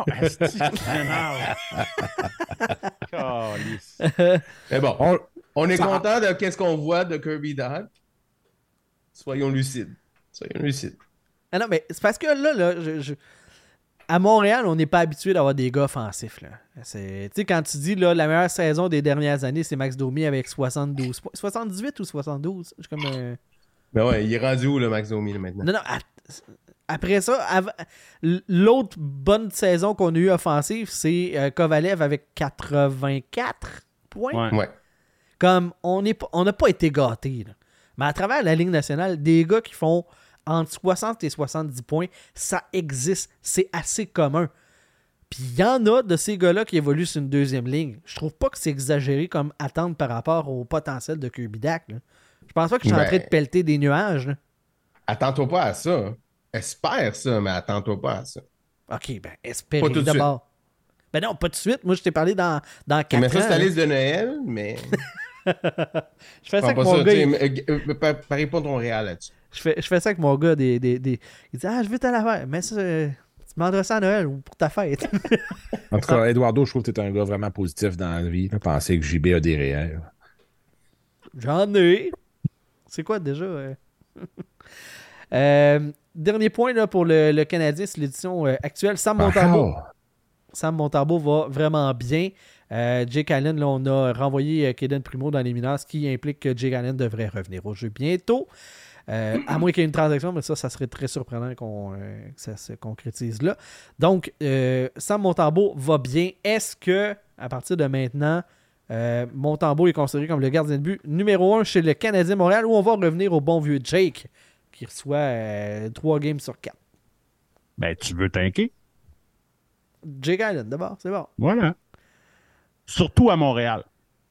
mais bon, on est content de qu'est-ce qu'on voit de Kirby Dach. Soyons lucides.
Ah non, mais c'est parce que là, à Montréal, on n'est pas habitué d'avoir des gars offensifs. Tu sais, quand tu dis là, la meilleure saison des dernières années, c'est Max Domi avec 72 points. 78 ou 72? C'est comme
Ben ouais, il est rendu où, le Max Domi, là, maintenant?
Non, après ça, l'autre bonne saison qu'on a eue offensive, c'est Kovalev avec 84 points.
Ouais.
Comme, on n'a pas été gâtés. Là. Mais à travers la Ligue nationale, des gars qui font entre 60 et 70 points, ça existe. C'est assez commun. Puis il y en a de ces gars-là qui évoluent sur une deuxième ligne. Je trouve pas que c'est exagéré comme attendre par rapport au potentiel de Kirby Dach. Là. Je pense pas que je suis en train de pelleter des nuages. Là.
Attends-toi pas à ça. Espère ça, mais attends-toi pas à ça.
OK, ben espérez d'abord. Ben non, pas tout de suite. Moi, je t'ai parlé dans 4 ans.
Mais ça, c'est ta liste de Noël, mais...
Je fais ça avec
Prends
mon
pas ça,
gars.
parie pas ton Réal là-dessus.
Je fais ça avec mon gars. Il dit je veux t'en faire. Mais ça, tu demanderas ça à Noël ou pour ta fête.
En tout cas, Eduardo, je trouve que tu es un gars vraiment positif dans la vie. Là. Penser que JB a des réels.
J'en ai. C'est quoi déjà? Dernier point là, pour le Canadien, c'est l'édition actuelle. Sam Montembeault va vraiment bien. Jake Allen, là, on a renvoyé Kaden Primo dans les mineurs, ce qui implique que Jake Allen devrait revenir au jeu bientôt. À moins qu'il y ait une transaction, mais ça serait très surprenant que ça se concrétise là. Donc, Sam Montembeault va bien. Est-ce que, à partir de maintenant, Montembeault est considéré comme le gardien de but numéro 1 chez le Canadien Montréal, ou on va revenir au bon vieux Jake, qui reçoit 3 games sur 4?
Ben, tu veux tanker?
Jake Allen, d'abord, c'est bon.
Voilà. Surtout à Montréal.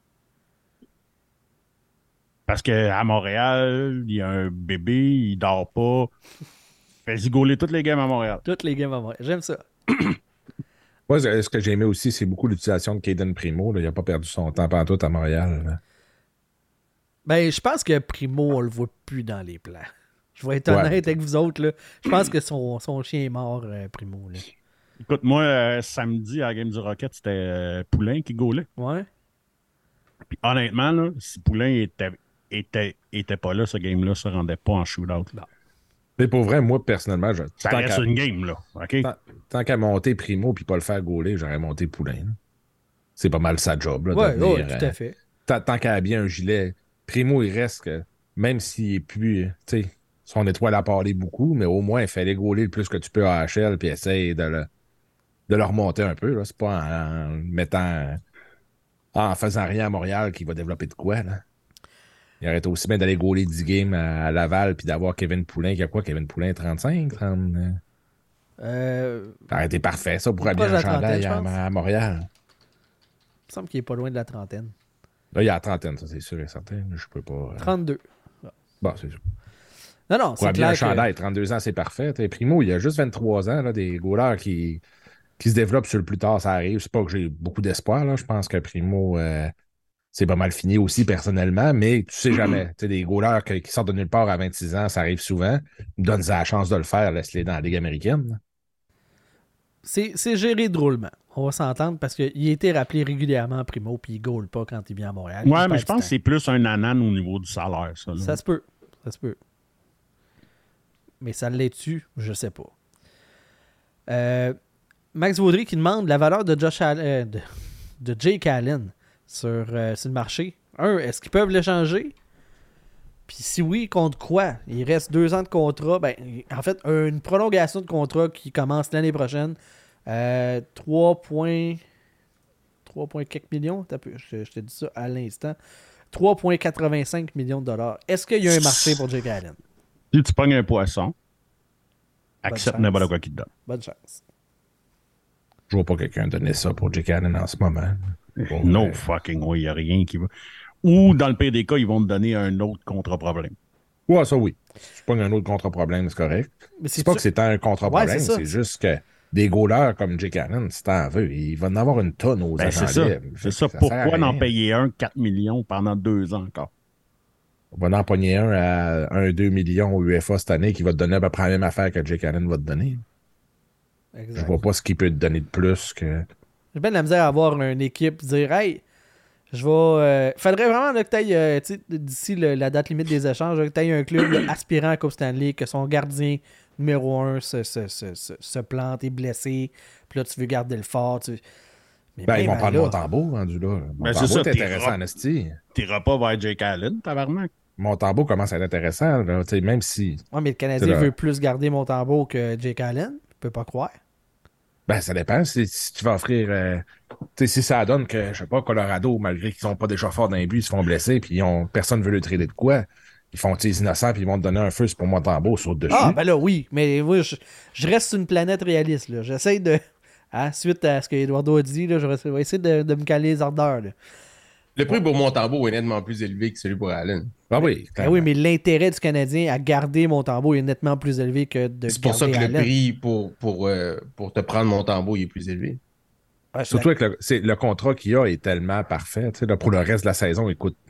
Parce qu'à Montréal, il y a un bébé, il dort pas. Fais-y gauler toutes les games à Montréal.
Toutes les games à Montréal. J'aime ça.
Moi, ce que j'ai aimé aussi, c'est beaucoup l'utilisation de Kaden Primo. Là. Il n'a pas perdu son temps pantoute à Montréal. Là.
Ben, je pense que Primo, on le voit plus dans les plans. Je vais être honnête avec vous autres. Là. Je pense que son chien est mort, Primo. Là.
Écoute, moi, samedi, à la game du Rocket, c'était Poulain qui gaulait.
Ouais.
Puis honnêtement, là, si Poulain était pas là, ce game-là se rendait pas en shootout.
Non.
Mais pour vrai, moi, personnellement,
Ça reste une game, là. OK?
Tant qu'à monter Primo puis pas le faire gauler, j'aurais monté Poulain. Là. C'est pas mal sa job. Là,
Ouais,
de venir,
tout à fait.
Tant qu'à habiller un gilet, Primo, il reste que, même s'il est plus, tu sais, son étoile a parlé beaucoup, mais au moins, il fallait gauler le plus que tu peux à HL puis essaye de le remonter un peu. Là. C'est pas en faisant rien à Montréal qu'il va développer de quoi. Là. Il aurait été aussi bien d'aller gauler 10 games à Laval puis d'avoir Kevin Poulain. Qui a quoi, Kevin Poulain? 35? 30? Ça aurait été parfait, ça, pour habiller un chandail à Montréal.
Il me semble qu'il est pas loin de la trentaine.
Là, il y a la trentaine, ça, c'est sûr et certain. Je peux pas...
32.
Bon, c'est sûr.
Non,
pour
c'est
habiller
clair
un chandail, 32 ans, c'est parfait. T'sais, Primo, il a juste 23 ans, là, des goalers qui se développent sur le plus tard, ça arrive. C'est pas que j'ai beaucoup d'espoir. Là. Je pense que Primo... c'est pas mal fini aussi personnellement, mais tu sais jamais. Tu sais, des goalers qui sortent de nulle part à 26 ans, ça arrive souvent. Donne la chance de le faire, laisse-les dans la Ligue américaine.
C'est géré drôlement. On va s'entendre parce qu'il a été rappelé régulièrement Primo puis il goal pas quand il vient à Montréal.
Ouais, mais je pense que c'est plus un anan au niveau du salaire, ça. Là.
Ça se peut. Mais ça l'est-tu? Je sais pas. Max Vaudry qui demande la valeur de de Jake Allen sur le marché. Est-ce qu'ils peuvent l'échanger? Puis si oui, contre quoi? Il reste 2 ans de contrat. Ben, en fait, une prolongation de contrat qui commence l'année prochaine. 3,4 millions. Je te dis ça à l'instant. 3,85 millions de dollars. Est-ce qu'il y a un marché pour Jake Allen?
Si tu pognes un poisson, accepte n'importe quoi qu'il te donne.
Bonne chance.
Je vois pas quelqu'un donner ça pour Jake Allen en ce moment.
No fucking way, il n'y a rien qui va. Ou dans le pire des cas, ils vont te donner un autre contre-problème.
Ouais, ça oui. Si je pogne un autre contre-problème, c'est correct. Mais c'est pas que c'est un contre-problème, c'est juste que des goalers comme Jake Allen, si t'en veux, il va en avoir une tonne aux agents libres.
C'est ça. Pourquoi n'en payer un 4 millions pendant 2 ans encore?
On va en pogner un à 1-2 millions au UFA cette année qui va te donner à peu près la même affaire que Jake Allen va te donner. Exact. Je vois pas ce qu'il peut te donner de plus que...
J'ai bien de la misère à avoir une équipe dire « Hey, je vais... faudrait vraiment là, que tu ailles, d'ici la date limite des échanges, là, que tu ailles un club aspirant à Coupe Stanley, que son gardien numéro 1 se plante, est blessé, puis là, tu veux garder le fort.
Mais ils vont prendre Montembeault, rendu là. Montembeault est intéressant, Nasty.
T'iras pas vers Jake Allen, tabarnak.
Montembeault commence à être intéressant, là, même si...
Oui, mais le Canadien veut plus garder Montembeault que Jake Allen. Je peux pas croire.
Ben, ça dépend. Si tu vas offrir... si ça donne que, je sais pas, Colorado, malgré qu'ils sont pas déjà forts dans les buts, ils se font blesser, puis personne ne veut le trader de quoi, ils font innocents, puis ils vont te donner un feu pour Montembeault sur dessus.
Ah, ben là, oui. Mais oui, je reste sur une planète réaliste. Là. J'essaie de... suite à ce que Eduardo a dit, là, je vais essayer de me caler les ardeurs. Là.
Le prix pour Montembeault est nettement plus élevé que celui pour Allen.
Ah oui.
Ben oui, mais l'intérêt du Canadien à garder Montembeault est nettement plus élevé que de
c'est pour
garder
ça que
Allen.
le prix pour te prendre Montembeault est plus élevé.
Ouais, surtout avec le contrat qu'il a est tellement parfait. Là, pour le reste de la saison, il coûte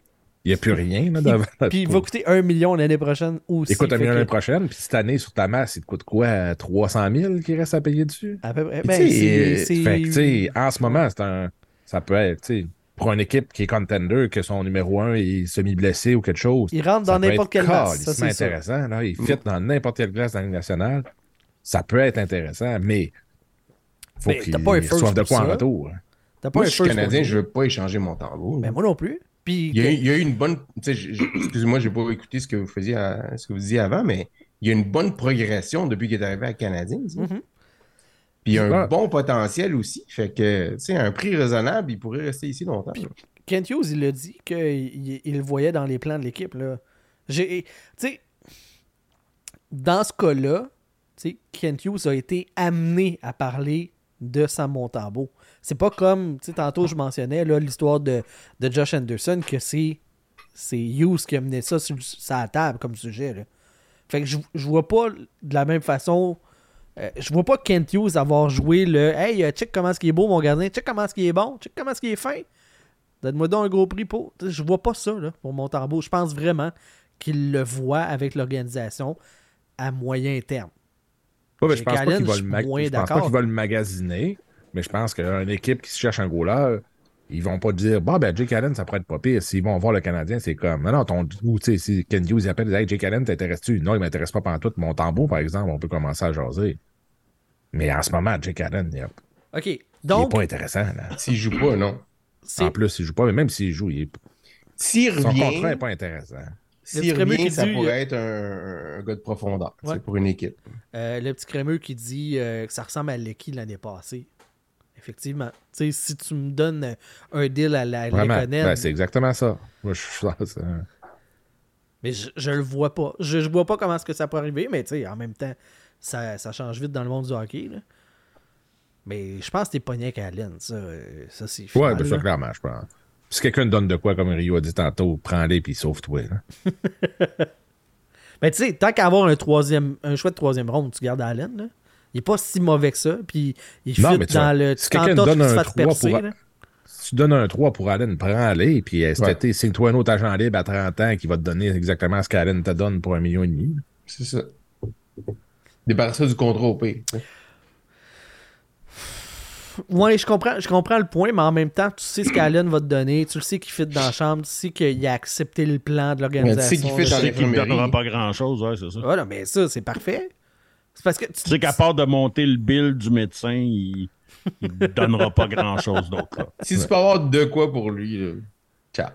Il n'y a plus rien là, devant.
Puis il va coûter 1 million l'année prochaine aussi.
Écoute, 1 million
Fait
l'année
que-
prochaine, puis cette année, sur ta masse, il te coûte quoi? 300 000 qui reste à payer dessus?
À peu près.
Puis
Ben,
tu sais,
Fait que, tu sais, en ce moment, ça peut être, tu sais, pour une équipe qui est contender, que son numéro 1 est semi-blessé ou quelque chose.
Il rentre dans
ça peut
n'importe
être
quelle masse. Ça,
calissement
c'est sûr.
intéressant. Là. Il fit dans n'importe quelle classe dans la Ligue nationale. Ça peut être intéressant, mais faut
Mais
qu'il
t'as pas un first
reçoive de
pour
quoi en
ça.
retour.
T'as pas
Moi,
un
je suis
first
Canadien,
pour
je veux pas échanger mon tambour.
Ben, moi non plus. Puis,
Il y a eu une bonne. Tu sais, excusez-moi, j'ai pas écouté ce que vous faisiez, ce que vous disiez avant, mais il y a une bonne progression depuis qu'il est arrivé à Canadien. Tu sais.
Mhm.
Puis il y a un
Ah.
bon potentiel aussi. Fait que, tu sais, à un prix raisonnable, il pourrait rester ici longtemps.
Kent Hughes, il a dit qu'il le voyait dans les plans de l'équipe. Là. Tu sais, dans ce cas-là, tu sais, Kent Hughes a été amené à parler de Sam Montembeault. C'est pas comme, tu sais, tantôt je mentionnais là, l'histoire de Josh Anderson, que c'est Hughes qui a mené ça sur la table comme sujet. Là. Fait que je vois pas de la même façon. Je vois pas Kent Hughes avoir joué le Hey, check comment est-ce qu'il est beau, mon gardien, check comment est-ce qu'il est bon, check comment est-ce qu'il est fin. Donne-moi donc un gros prix pour. Je vois pas ça là, pour Montembeault. Je pense vraiment qu'il le voit avec l'organisation à moyen terme.
Ouais, mais je
Jake
pense pas
Allen,
qu'il va
je
le
suis moins
je pense pas
d'accord.
qu'il va le magasiner, mais je pense qu'une équipe qui se cherche un goaler, ils vont pas dire bah ben Jake Allen, ça pourrait être pas pire. S'ils vont voir le Canadien, c'est comme non, ou tu sais, si Ken Hughes appelle Hey, Jake Allen, t'intéresses-tu? Non, il m'intéresse pas pantoute. Montembeault, par exemple, on peut commencer à jaser. Mais en ce moment, Jake Allen,
OK.
il est
Donc,
pas intéressant. Là.
S'il joue pas, non.
c'est
En plus, il joue pas, mais même s'il joue,
S'il
son contrat
revient,
n'est pas intéressant.
Le
s'il
crémeux
revient,
qui
ça
dit,
pourrait être un gars de profondeur tu sais,
Ouais.
pour une équipe.
le petit crémeux qui dit que ça ressemble à Lecky l'année passée. Effectivement. Tu sais, si tu me donnes un deal à la
Vraiment.
Lekonen,
Ben, c'est exactement ça. Moi, je suis
mais je le vois pas. Je vois pas comment est-ce que ça peut arriver, mais tu sais, en même temps, ça change vite dans le monde du hockey. Là. Mais je pense que t'es pogné avec Allen. Ça c'est
Ouais,
final,
ben ça,
là.
clairement, je pense. Si quelqu'un te donne de quoi, comme Rio a dit tantôt, prends-les puis sauve-toi. Là.
Ben, tu sais, tant qu'à avoir un choix de troisième ronde, tu gardes Allen. Là. Il est pas si mauvais que ça. Puis il
Non,
fit
mais tu
dans
vois,
le.
si
Tu
quelqu'un te
t'entorches,
donne
puis tu te
un
fais
3
percer.
pour...
Là.
Si tu donnes un 3 pour Allen, prends-les. Puis cet
Ouais.
été, signe-toi un autre agent libre à 30 ans qui va te donner exactement ce qu'Allen te donne pour 1,5 million.
C'est ça. Débarrasser du contrat au pire. tu sais.
Ouais, je comprends le point, mais en même temps, tu sais ce qu'Allen va te donner, tu le sais qu'il fit dans la chambre, tu sais qu'il a accepté le plan de l'organisation.
Mais tu sais qu'il fit
là.
dans
Tu sais qu'il ne
l'infirmerie.
donnera pas grand-chose, ouais, c'est ça.
Voilà, mais ça, c'est parfait. C'est parce que
Tu sais qu'à part de monter le bill du médecin, il ne donnera pas grand-chose d'autre. Là.
Si tu peux avoir de quoi pour lui, là, ciao.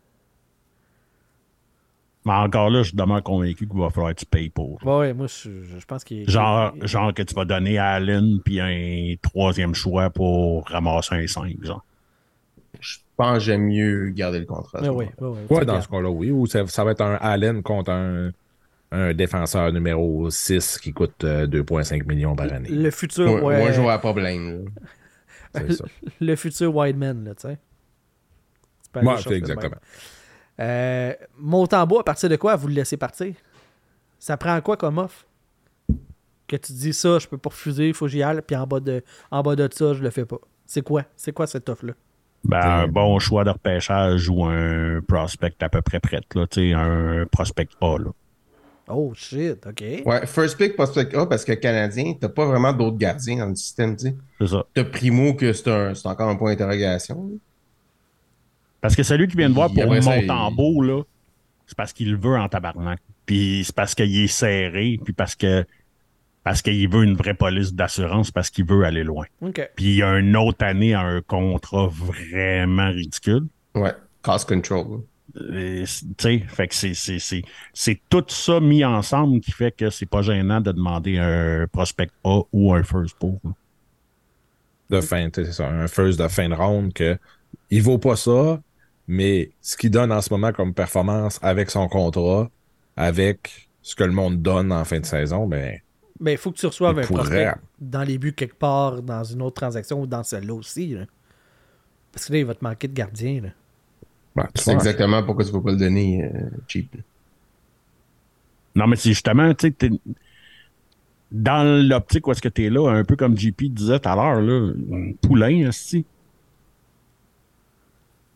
Mais encore là, je suis demeure convaincu qu'il va falloir que tu payes pour.
Ouais, moi, je pense qu'il
Genre que tu vas donner à Allen puis un troisième choix pour ramasser un 5, genre.
Je pense que j'aime mieux garder le contrat. à ce
Mais oui,
moment-là.
Ouais, dans ce cas-là, oui. Ou ça va être un Allen contre un défenseur numéro 6 qui coûte 2,5 millions par année.
Le futur,
Ouais,
ouais,
moi, je vois pas problème. là.
C'est ça.
le futur Wideman, là, tu sais. Tu peux aller
Ouais,
chercher
c'est
de
exactement.
même. Montembeault, à partir de quoi vous le laissez partir? Ça prend quoi comme offre? Que tu dis ça, je peux pas refuser, il faut que j'y aille, puis en bas de ça, je le fais pas. C'est quoi? C'est quoi cette offre-là?
Ben, un bon choix de repêchage ou un prospect à peu près prêt, là, tu sais, un prospect A, là.
Oh shit, ok.
Ouais, first pick, prospect A, parce que Canadien, t'as pas vraiment d'autres gardiens dans le système, tu sais.
C'est ça.
T'as Primo, que c'est encore un point d'interrogation.
Parce que celui qui vient de voir pour
Après ça,
Montembeault, là, c'est parce qu'il le veut en tabarnak. Puis c'est parce qu'il est serré, puis parce qu'il veut une vraie police d'assurance, parce qu'il veut aller loin.
Ok.
Puis il y a une autre année à un contrat vraiment ridicule.
Ouais, cost control.
Tu sais, fait que c'est tout ça mis ensemble qui fait que c'est pas gênant de demander un prospect A ou un first pour. là.
De fin, c'est ça, un first de fin de ronde que il vaut pas ça, mais ce qu'il donne en ce moment comme performance avec son contrat, avec ce que le monde donne en fin de saison, ben
Ben, il faut que tu reçoives
Il
un
pourrait.
prospect dans les buts quelque part, dans une autre transaction ou dans celle-là aussi. Là. Parce que là, il va te manquer de gardien. Là.
tu
C'est
vois,
exactement pourquoi tu ne peux pas le donner cheap.
Non, mais c'est justement, tu sais, t'es dans l'optique où est-ce que t'es là, un peu comme JP disait tout à l'heure, là, Poulain, aussi.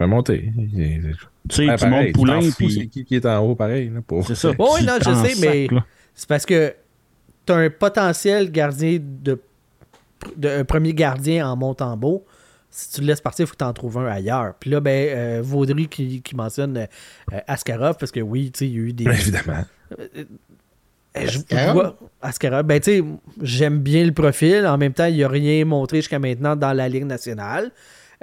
peux monter.
Tu sais, tu montes Poulain, puis...
C'est qui est en haut, pareil. Là, pour...
C'est ça.
Oui, non, je sais, mais
là.
c'est parce que tu as un potentiel gardien un premier gardien en Montembeau. Si tu le laisses partir, il faut que tu en trouves un ailleurs. Puis là, Vaudry qui mentionne Askarov, parce que oui, tu sais, il y a eu des...
Évidemment.
Je vois Askarov, tu sais, j'aime bien le profil. En même temps, il n'a rien montré jusqu'à maintenant dans la Ligue nationale.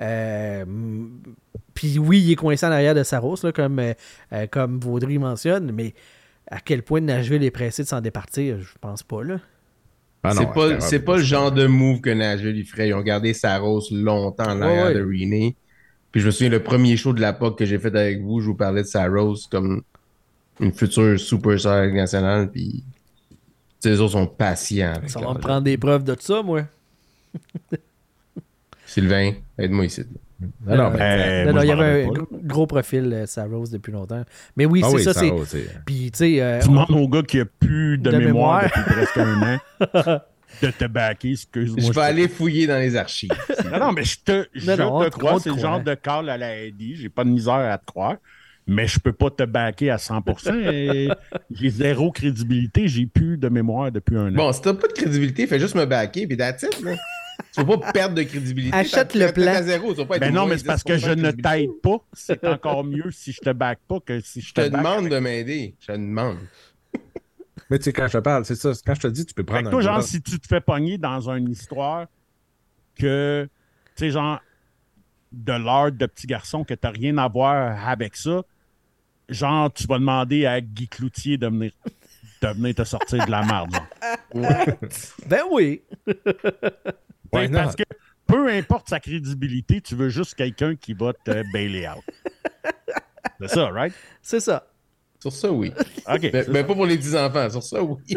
Puis oui, il est coincé en arrière de Saros, là, comme Vaudry mentionne, mais à quel point Nashville est pressé de s'en départir, je pense pas, là.
Ah non,
c'est pas le genre de move que Nashville lui ferait. Ils ont gardé Saros longtemps en arrière de Riney. Puis je me souviens, le premier show de la POC que j'ai fait avec vous, je vous parlais de Saros comme une future superstar nationale. Puis les autres sont patients.
Ça va me prendre des preuves de ça, moi.
Sylvain, aide-moi ici.
Non, il y avait un gros profil, Saros, depuis longtemps. Mais oui, c'est ça.
Saros,
Puis, tu sais...
Tu demandes au gars qui a plus de mémoire depuis presque un an de te backer, excuse-moi.
Je vais aller fouiller dans les archives.
Non, mais je te crois. C'est le genre de call à la Eddie. J'ai pas de misère à te croire. Mais je peux pas te backer à 100%. J'ai zéro crédibilité. J'ai plus de mémoire depuis un an.
Bon, si t'as pas de crédibilité, fais juste me backer, puis that's it, là. Tu vas pas perdre de crédibilité.
Achète le plan.
À zéro, tu vas pas être
non, mais c'est parce que je ne t'aide pas. C'est encore mieux si je te back pas que si je te back.
Je te demande de m'aider. Je te demande.
Mais tu sais, quand je te parle, c'est ça. Quand je te dis, tu peux prendre
toi, genre, si tu te fais pogner dans une histoire que, tu sais, genre, de l'art de petit garçon, que t'as rien à voir avec ça, genre, tu vas demander à Guy Cloutier de venir te sortir de la merde.
Ben oui.
Parce que peu importe sa crédibilité, tu veux juste quelqu'un qui va te bailer out. C'est ça, right?
C'est ça.
Sur ça, oui.
OK.
Mais pas pour les 10 enfants. Sur ça, oui.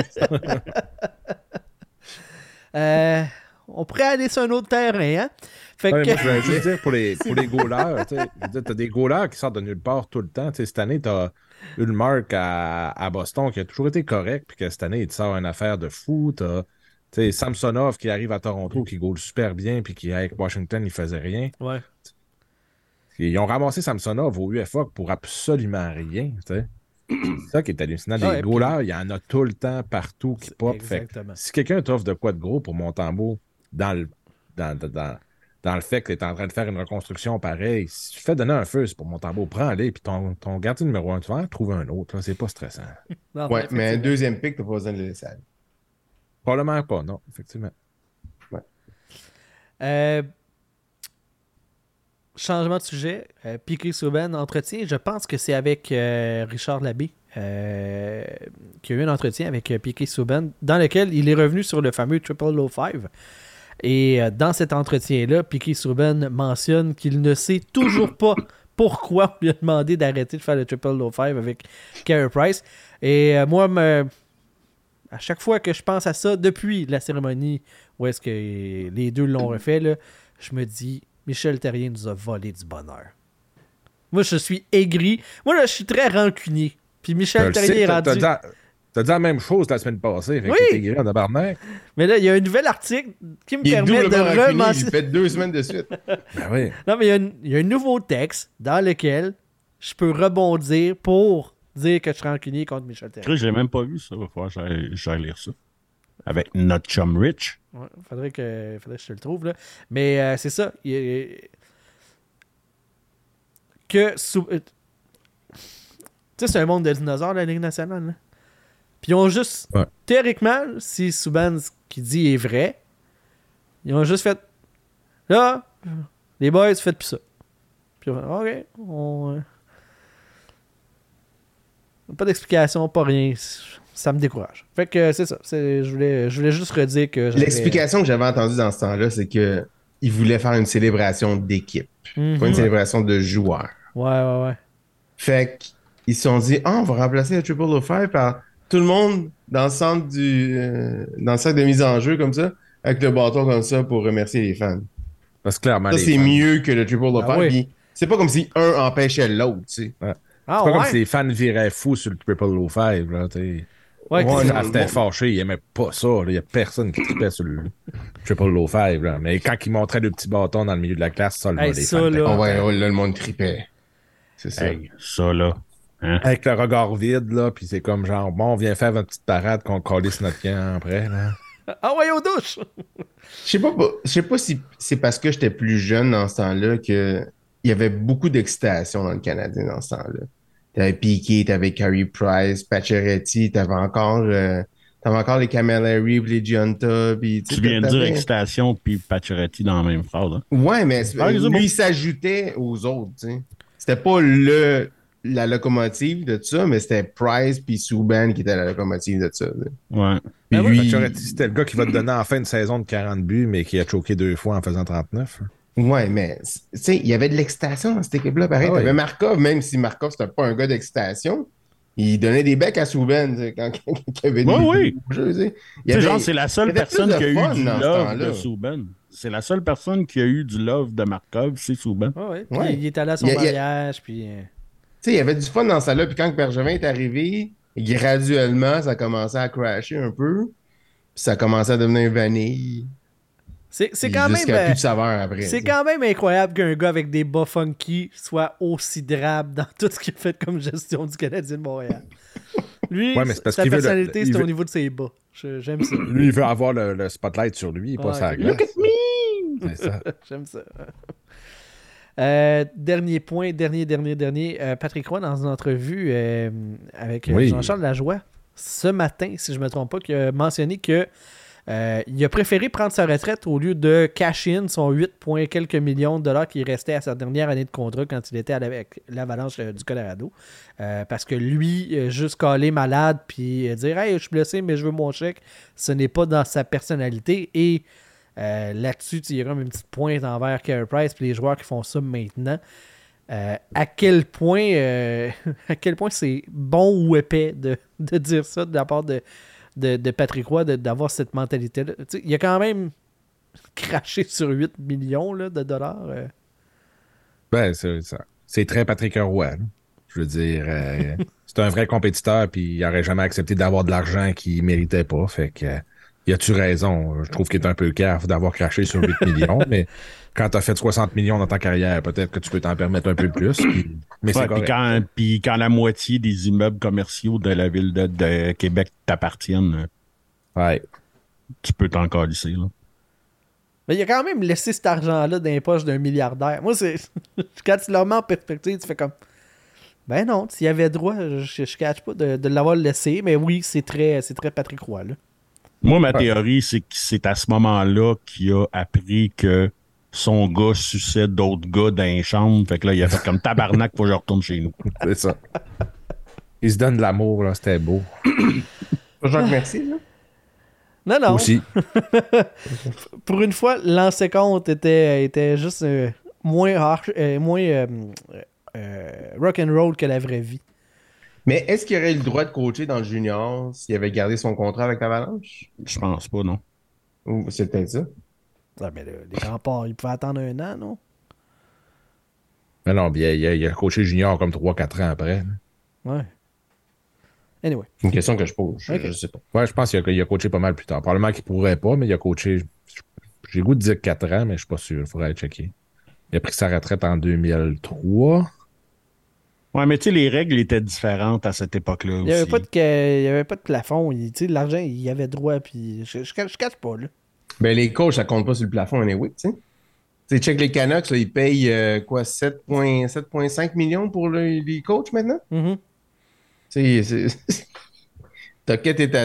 On pourrait aller sur un autre terrain, hein? Fait que...
Moi, je vais juste dire, pour les goalers, tu as des goalers qui sortent de nulle part tout le temps. Cette année, tu as Ulmark à Boston qui a toujours été correct, puis que cette année, il te sort une affaire de fou. Tu sais, Samsonov qui arrive à Toronto, qui goal super bien, puis qui, avec Washington, il faisait rien.
Ouais.
Ils ont ramassé Samsonov au UFA pour absolument rien. C'est ça qui est hallucinant. Les goalers, il y en a tout le temps, partout, qui pop.
Exactement.
Si quelqu'un t'offre de quoi de gros pour Montembeau dans le fait que tu es en train de faire une reconstruction pareille, si tu fais donner un feu pour Montembeau, prends-le, puis ton gardien numéro 1, tu vas en trouver un autre. Là, c'est pas stressant.
Non,
ouais, mais un deuxième pick, t'as pas besoin de le laisser aller.
Probablement pas, non, effectivement.
Ouais. Changement de sujet. Piquet Souban, entretien. Je pense que c'est avec Richard Labbé qui a eu un entretien avec Piquet Souban dans lequel il est revenu sur le fameux Triple Low 5. Et dans cet entretien-là, Piquet Souban mentionne qu'il ne sait toujours pas pourquoi on lui a demandé d'arrêter de faire le Triple Low 5 avec Carey Price. Et moi, à chaque fois que je pense à ça, depuis la cérémonie où est-ce que les deux l'ont refait, là, je me dis, Michel Therrien nous a volé du bonheur. Moi, je suis aigri. Moi, là, je suis très rancunier. Puis Michel Therrien est rendu...
T'as dit la même chose la semaine passée. Fait
oui!
Que t'es aigri en tabarnak.
Mais là, il y a un nouvel article qui me permet de rementionner...
Il fait 2 semaines de suite.
Ben oui.
Non, mais il y a un nouveau texte dans lequel je peux rebondir pour dire que je suis rancunier contre Michel Therrien.
Je l'ai même pas vu, ça. Il va falloir que j'aille lire ça. Avec notre chum Rich.
Ouais, faudrait que je te le trouve, là. Mais c'est ça. Tu sais, c'est un monde de dinosaures, la Ligue nationale. Là. Puis ils ont juste...
Ouais.
Théoriquement, si Subban, ce qu'il dit est vrai, ils ont juste fait... Là, les boys, faites plus ça. Puis on fait, OK, pas d'explication, pas rien. Ça me décourage. Fait que c'est ça. Je voulais juste redire que...
L'explication que j'avais entendue dans ce temps-là, c'est que il voulait faire une célébration d'équipe. Pas une célébration de joueurs.
Ouais.
Fait qu'ils se sont dit, on va remplacer le Triple O 5 par tout le monde dans le centre dans le cercle de mise en jeu comme ça, avec le bâton comme ça pour remercier les fans.
Parce que clairement,
ça, c'est
fans...
mieux que le Triple O 5.
Oui.
C'est pas comme si un empêchait l'autre, tu sais.
Ouais. C'est pas comme si les fans viraient fous sur le Triple O 5, là, tu sais.
Ouais,
Ouais,
Quand
non,
c'était
bon.
fâché, il aimait pas ça. Il y a personne qui tripait sur le Triple Low Five. Là. Mais quand il montrait le petit bâton dans le milieu de la classe, ça,
Hey,
les
ça,
fans
là.
étaient
Oh, ouais,
contents.
là, le monde tripait. C'est ça.
Hey, ça, là. Hein?
Avec le regard vide, là, puis c'est comme genre, bon, on vient faire votre petite parade qu'on calisse notre camp après, là.
Ah ouais, aux douches!
Je sais pas si c'est parce que j'étais plus jeune dans ce temps-là que il y avait beaucoup d'excitation dans le Canadien dans ce temps-là. T'avais Piqué, t'avais Carey Price, Pacioretty, t'avais encore les Camilleri, puis les Giunta, puis
Tu viens de dire
t'avais-
excitation puis Pacioretty dans la même phrase. Hein?
Ouais, mais
Ah, c'est
lui,
bon.
il s'ajoutait aux autres, tu sais. C'était pas la locomotive de ça, mais c'était Price puis Subban qui était la locomotive de ça. Tu sais.
Ouais.
Puis
Ben ouais,
lui,
Pacioretty, c'était le gars qui va te donner en fin de saison de 40 buts, mais qui a choqué 2 fois en faisant 39.
ouais, mais tu sais, il y avait de l'excitation dans cette équipe-là. Pareil,
Ah ouais.
t'avais Markov, même si Markov, c'était pas un gars d'excitation, il donnait des becs à Subban, tu sais, quand il y avait des
Oui.
jeux, tu sais.
Tu
Il y
sais,
avait-
genre, c'est la seule
il y avait plus
personne
de
qui a
fun
eu du
dans ce
love
temps-là.
de Subban. C'est la seule personne qui a eu du love de Markov, c'est Subban.
Ouais, ouais. Puis
Ouais.
il est allé à son
Il y a-
mariage, puis...
Tu sais, il y avait du fun dans ça là, puis quand Bergevin est arrivé, graduellement, ça commençait à crasher un peu, puis ça commençait à devenir vanille.
C'est
Puis
quand même...
jusqu'à plus de saveur après.
C'est
tu sais.
quand même incroyable qu'un gars avec des bas funky soit aussi drabe dans tout ce qu'il a fait comme gestion du Canadien de Montréal. Lui,
Ouais, mais c'est parce
sa
qu'il veut le-
personnalité,
il
c'est au
veut-
niveau de ses bas. J'aime ça.
Lui, il veut avoir le spotlight sur lui, pas
Ouais.
sa glace.
Look at me!
C'est ça.
J'aime ça. Dernier point, dernier. Patrick Roy, dans une entrevue avec
Oui.
Jean-Charles Lajoie, ce matin, si je ne me trompe pas, qui a mentionné que il a préféré prendre sa retraite au lieu de cash-in son 8 points quelques millions de dollars qui restait à sa dernière année de contrat quand il était avec l'Avalanche du Colorado. Parce que lui, juste caler malade puis dire « Hey, je suis blessé, mais je veux mon chèque », ce n'est pas dans sa personnalité. Et là-dessus, il y a comme une petite pointe envers Carey Price et les joueurs qui font ça maintenant. À quel point c'est bon ou épais de dire ça de la part de Patrick Roy, d'avoir cette mentalité-là. Tu sais, il a quand même craché sur 8 millions là, de dollars.
Ben, c'est ça. C'est très Patrick Roy. Là. Je veux dire, c'est un vrai compétiteur, puis il n'aurait jamais accepté d'avoir de l'argent qu'il méritait pas. Fait que, y a-tu raison? Je trouve qu'il est un peu cave d'avoir craché sur 8 millions, mais quand tu as fait 60 millions dans ta carrière, peut-être que tu peux t'en permettre un peu plus. Mais c'est
Ouais,
correct.
puis quand la moitié des immeubles commerciaux de la ville de Québec t'appartiennent,
Ouais.
tu peux t'en calisser, là.
Mais il a quand même laissé cet argent-là dans les poches d'un milliardaire. Moi, c'est quand tu le mets en perspective, tu fais comme ben non, s'il y avait droit, je catch pas de l'avoir laissé, mais oui, c'est très Patrick Roy, là.
Moi, ma théorie, c'est que c'est à ce moment-là qu'il a appris que son gars suçait d'autres gars dans les chambres. Fait que là, il a fait comme tabarnak, faut que je retourne chez nous.
C'est ça. Il se donne de l'amour, là, c'était beau.
Pas Jacques Mercier, là?
Non.
Aussi.
Pour une fois, l'ancien compte était juste moins rock'n'roll que la vraie vie.
Mais est-ce qu'il aurait eu le droit de coacher dans le junior s'il avait gardé son contrat avec l'Avalanche?
Je pense pas, non.
Ou c'est peut-être ça?
Ah, mais là, les remparts, ils pouvaient attendre un an, non?
Mais non, bien, il a coaché junior comme 3-4 ans après. Là.
Ouais. Anyway.
C'est une question que je pose.
Ok.
Je sais pas.
Ouais, je pense qu'il a coaché pas mal plus tard. Probablement qu'il pourrait pas, mais il a coaché. J'ai le goût de dire 4 ans, mais je suis pas sûr. Il faudrait aller checker. Il a pris sa retraite en 2003.
Ouais, mais tu sais, les règles étaient différentes à cette époque-là
Il n'y avait,
aussi.
il y avait pas de plafond. Tu sais, l'argent, il y avait droit. Puis je cache pas, là.
Ben, les coachs, ça compte pas sur le plafond, anyway, tu sais. Tu sais, check les Canucks, là, ils payent quoi, 7,5 millions pour les coachs maintenant?
Mhm.
Tu sais, Toquette est à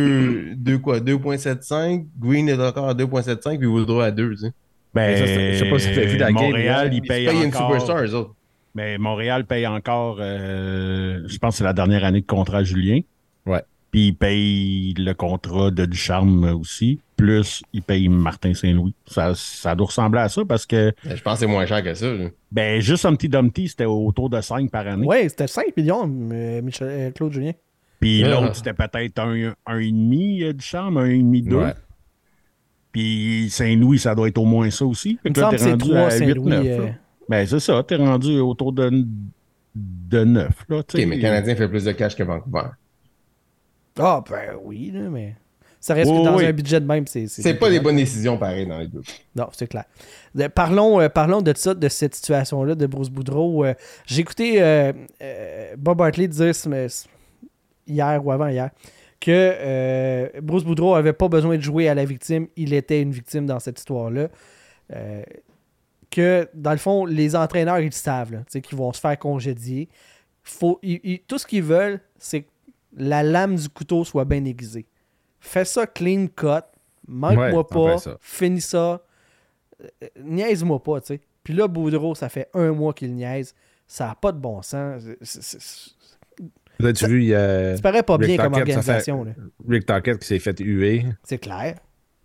2,75. Green est encore à 2,75, puis Woodrow à 2, tu sais.
Ben,
je sais pas si vous avez vu la game
Montréal,
hier.
ils
Ils
payent
payent une
encore...
superstar, eux autres.
Mais Montréal paye encore, je pense que c'est la dernière année de contrat à Julien.
Ouais.
Puis il paye le contrat de Ducharme aussi. Plus il paye Martin Saint-Louis. Ça doit ressembler à ça parce que,
Ben, je pense que c'est moins cher que ça, là.
ben, juste Humpty Dumpty, c'était autour de 5 par année.
Ouais, c'était 5 millions, Claude Julien.
Puis
Ah.
l'autre, c'était peut-être un et demi Ducharme, 1,5, 2.
Ouais.
Puis Saint-Louis, ça doit être au moins ça aussi. Fait
Il me
que là,
semble que
t'es
c'est
rendu
3
à
Saint-Louis.
8-9, là. Ben, c'est ça, t'es rendu autour de 9. Là, tu
OK,
sais.
mais le Canadien fait plus de cash que Vancouver.
Ah, ben oui, là, mais ça reste
Oui,
que dans
oui.
un budget de même, c'est
C'est pas des bonnes décisions, pareil, dans les deux.
Non, c'est clair. Parlons de ça, de cette situation-là de Bruce Boudreau. J'ai écouté Bob Hartley dire hier ou avant-hier que Bruce Boudreau avait pas besoin de jouer à la victime. Il était une victime dans cette histoire-là. Que, dans le fond, les entraîneurs, ils savent là, qu'ils vont se faire congédier. Tout ce qu'ils veulent, c'est que la lame du couteau soit bien aiguisée. Fais ça clean cut. Manque-moi
Ouais,
pas.
enfin ça.
Finis ça. Niaise-moi pas, tu sais. Puis là, Boudreau, ça fait 1 mois qu'il niaise. Ça n'a pas de bon sens.
As-tu vu, il y a
Ça paraît pas
Rick
bien comme
Tocchet,
organisation. Là.
Rick Tocchet qui s'est fait huer.
C'est clair.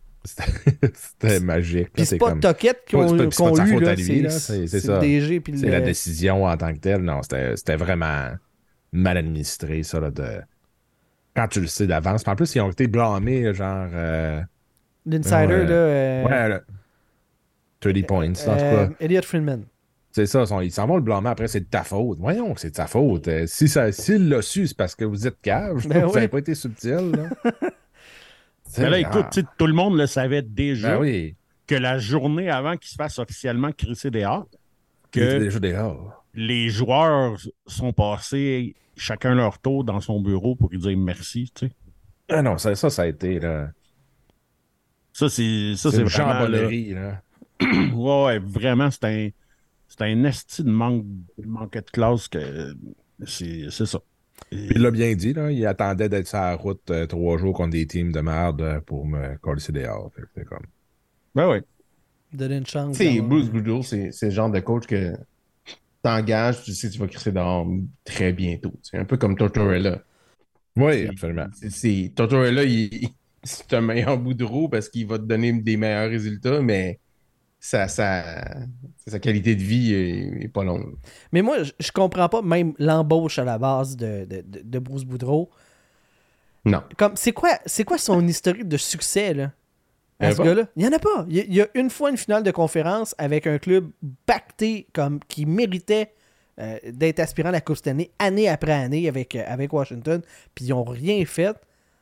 C'était magique.
Puis
là,
c'est pas
comme-
Tocchet
c'est pas
qu'on
de sa
eu,
faute
là.
à lui, là. C'est
C'est
ça.
le DG. Puis
C'est la décision en tant que telle. Non, c'était vraiment mal administré, ça, là, de... Quand tu le sais d'avance. Puis en plus, ils ont été blâmés, genre...
l'insider, là.
ouais, là, 30 points, en tout cas.
Elliot Friedman.
C'est ça, ils s'en vont le blâmer après, c'est de ta faute. Voyons que c'est de ta faute. S'il l'a su, c'est parce que vous êtes cave. Je
Ben
trouve que ça
oui.
n'a pas été subtil, là.
Mais là, écoute, tu sais, tout le monde le savait déjà
Ben oui,
que la journée avant qu'il se fasse officiellement crisser dehors,
il était
que
déjà dehors.
les joueurs sont passés chacun leur tour dans son bureau pour lui dire merci, tu sais.
Ah non, ça a été, là.
C'est
une
vraiment... là,
chambonnerie, là.
ouais, vraiment, c'est un esti de manque de classe que c'est ça.
Puis il l'a bien dit, là. Il attendait d'être sur la route 3 jours contre des teams de merde pour me coller dehors. Fait que c'était comme...
Ben oui.
Donner une chance.
Tu sais,
d'avoir-
Bruce Boudreau, c'est le genre de coach que t'engages, tu sais que tu vas crisser dehors très bientôt. C'est un peu comme Tortorella.
Oui, absolument.
Tortorella, c'est un meilleur Boudreau parce qu'il va te donner des meilleurs résultats, mais sa qualité de vie est pas longue.
Mais moi, je comprends pas même l'embauche à la base de Bruce Boudreau.
Non.
Comme, c'est quoi son historique de succès, là?
Il y en
À
a
ce
pas?
gars-là? Il y en a pas. Il y a une fois une finale de conférence avec un club pacté comme qui méritait d'être aspirant à la Coupe Stanley année après année avec Washington, puis ils ont rien fait.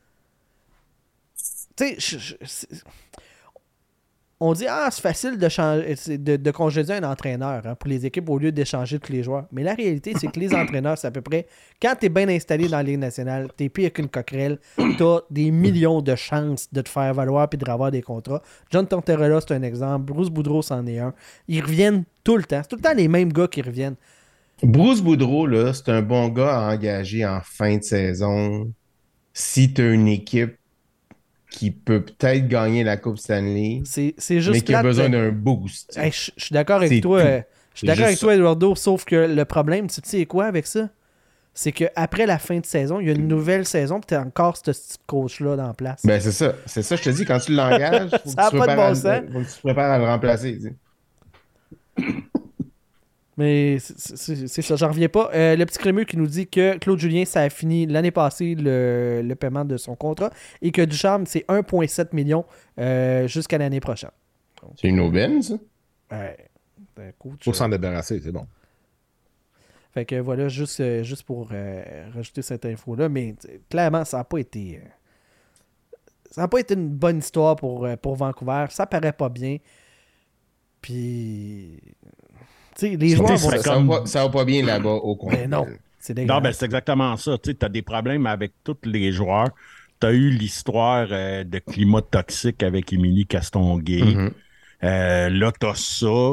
Tu sais, on dit c'est facile de changer, de congédier un entraîneur hein, pour les équipes au lieu d'échanger tous les joueurs. Mais la réalité, c'est que les entraîneurs, c'est à peu près quand tu es bien installé dans la Ligue nationale, tu es pire qu'une coquerelle, tu as des millions de chances de te faire valoir et de avoir des contrats. John Tortorella, c'est un exemple. Bruce Boudreau, c'en est un. Ils reviennent tout le temps. C'est tout le temps les mêmes gars qui reviennent.
Bruce Boudreau, là, c'est un bon gars à engager en fin de saison si tu as une équipe qui peut peut-être gagner la Coupe Stanley,
C'est juste
mais qui a
plate,
besoin d'un boost.
Hey, je suis d'accord avec
C'est
toi.
tout.
Je suis
C'est
d'accord avec
juste
toi, Eduardo, sauf que le problème, tu sais quoi avec ça? C'est qu'après la fin de saison, il y a une nouvelle saison, puis tu as encore ce petit coach-là dans la place.
Ben, c'est ça. C'est ça, je te dis, quand tu l'engages, faut
Ça a pas de bon sens.
faut que tu te prépares à le remplacer. Tu sais.
Mais c'est ça, j'en reviens pas. Le petit crémeux qui nous dit que Claude Julien, ça a fini l'année passée le paiement de son contrat et que Ducharme, c'est 1,7 million jusqu'à l'année prochaine.
C'est une aubaine, ça?
Ouais, un coach.
Faut s'en débarrasser, c'est bon.
Fait que voilà, juste pour rajouter cette info-là. Mais clairement, ça n'a pas été. Ça n'a pas été une bonne histoire pour Vancouver. Ça paraît pas bien. Puis. Tu sais, les joueurs vont.
Ça va pas bien là-bas au complet.
Mais non. C'est
Non,
dégueulasse.
ben c'est exactement ça. Tu as des problèmes avec tous les joueurs. Tu as eu l'histoire de climat toxique avec Émilie Castonguay.
Mhm.
Là, tu as ça.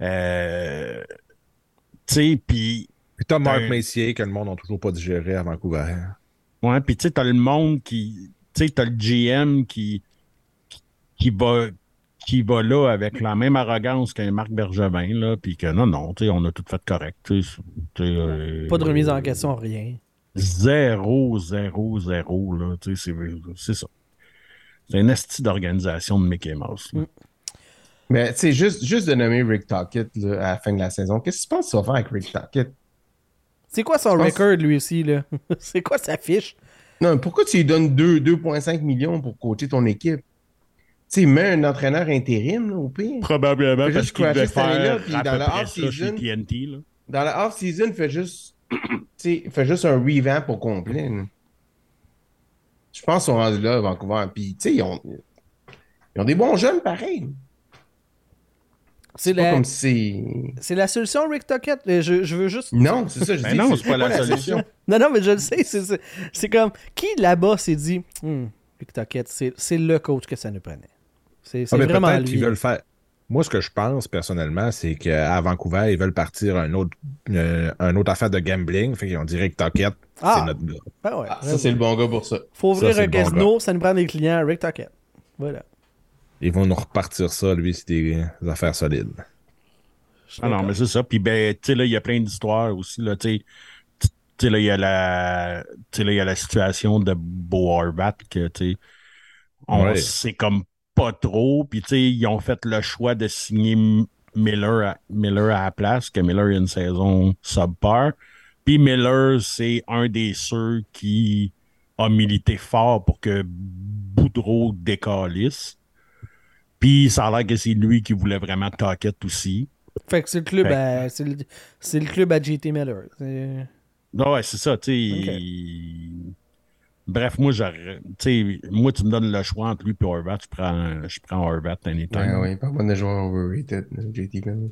Tu sais, puis...
Puis t'as Mark Messier que le monde n'a toujours pas digéré à Vancouver.
Ouais, puis tu sais, t'as le monde qui... Tu sais, t'as le GM qui va là avec la même arrogance qu'un Marc Bergevin, là, puis que non, tu sais, on a tout fait correct. Tu sais,
Pas de remise en question, rien.
0, là. Tu sais, c'est ça. C'est une esti d'organisation de Mickey Mouse. Là.
Mais tu sais, juste de nommer Rick Tocchet là, à la fin de la saison, qu'est-ce que tu penses que tu vas faire avec Rick Tocchet?
C'est quoi son
Je pense-
record, lui aussi, là? C'est quoi sa fiche?
Non, pourquoi tu lui donnes 2,5 millions pour coacher ton équipe? Tu sais, mets un entraîneur intérim, là, au pire.
Probablement
Fais
parce
juste
qu'il devait
crasher cette année-là,
faire
puis
à
dans
peu
le
près ça chez
off-season-
TNT. Là.
Dans la off-season, fais juste un revamp au complet. Là. Je pense qu'ils sont rendus là à Vancouver. Puis, tu sais, ils ont des bons jeunes pareil.
C'est
pas
la,
comme si
c'est la solution, Rick Tocchet. Je veux juste.
Non, c'est ça, je
Ben
dis
non,
que
c'est pas la solution.
Non, non, mais je le sais. C'est comme. Qui là-bas s'est dit, Rick Tocchet, c'est le coach que ça nous prenait. C'est
mais
vraiment
peut-être
lui.
qu'ils veulent faire. Moi, ce que je pense personnellement, c'est qu'à Vancouver, ils veulent partir un autre affaire de gambling. Fait qu'ils ont dit Rick Tocchet, c'est notre gars.
Ah ouais,
ça, c'est le bon gars pour ça.
Faut ouvrir
c'est
un
le bon
casino, ça nous prend des clients. Rick Tocchet. Voilà.
Ils vont nous repartir ça, lui, c'est des affaires solides.
Ah non, mais c'est ça. Puis, ben, tu sais, là, il y a plein d'histoires aussi, là, tu sais, là, il y a la situation de Bo Horvat que, tu sais, on sait comme pas trop. Puis, tu sais, ils ont fait le choix de signer Miller à la place, que Miller a une saison subpar. Puis, Miller, c'est un des ceux qui a milité fort pour que Boudreau décalisse. Puis, ça a l'air que c'est lui qui voulait vraiment Tocchet aussi.
Fait que c'est le club c'est le club à JT Miller.
Ouais, c'est ça, tu sais.
Okay.
Bref, moi, moi, tu me donnes le choix entre lui et Horvat, je prends Horvat anytime.
Oui, pas mal de joueurs overrated, JT Miller.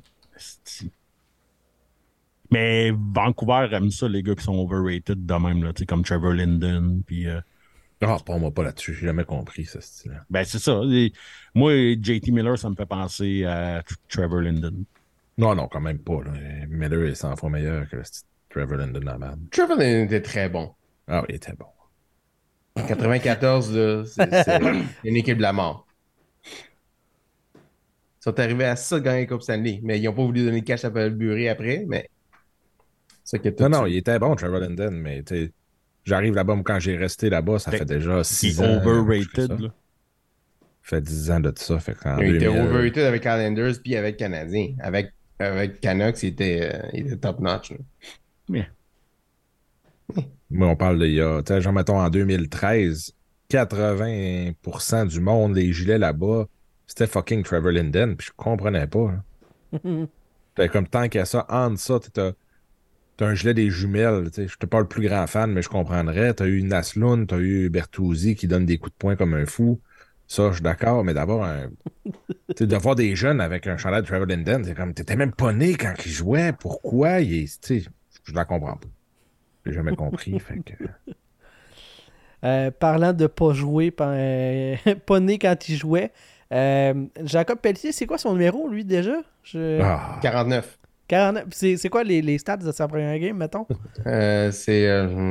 Mais Vancouver aime ça, les gars qui sont overrated de même, là, comme Trevor Linden, puis...
Pas moi pas là-dessus, j'ai jamais compris ce style-là.
Ben, c'est ça. Moi, JT Miller, ça me fait penser à Trevor Linden.
Non, quand même pas. Là. Miller est 100 fois meilleur que Trevor Linden à merde.
Trevor Linden était très bon.
Ah oui, il était bon.
En 94, là, c'est une équipe de la mort. Ils sont arrivés à ça de gagner la Coupe Stanley, mais ils n'ont pas voulu donner le cash à Paul Bury après, mais...
Non, il était bon, Trevor Linden, mais tu sais, j'arrive là-bas, quand j'ai resté là-bas, ça fait déjà 6 ans.
Overrated, là.
Ça fait 10 ans de ça. Fait
il était overrated avec Islanders puis avec Canadiens. Avec Canucks, il était top-notch.
Yeah.
Moi, on parle de il y a, genre, mettons, en 2013, 80% du monde, les gilets là-bas, c'était fucking Trevor Linden, puis je comprenais pas. Fait comme tant qu'il y a ça, entre ça, t'as un gilet des jumelles, je suis pas le plus grand fan, mais je comprendrais. T'as eu Naslund, t'as eu Bertuzzi qui donne des coups de poing comme un fou. Ça, je suis d'accord, mais d'abord, de voir des jeunes avec un chandail de Trevor Linden, c'est comme, t'étais même pas né quand il jouait, pourquoi je la comprends pas. J'ai jamais compris, fait que...
Parlant de pas jouer, pas né quand il jouait, Jacob Pelletier, c'est quoi son numéro, lui, déjà?
49.
49. C'est quoi les stats de sa première game, mettons?
C'est...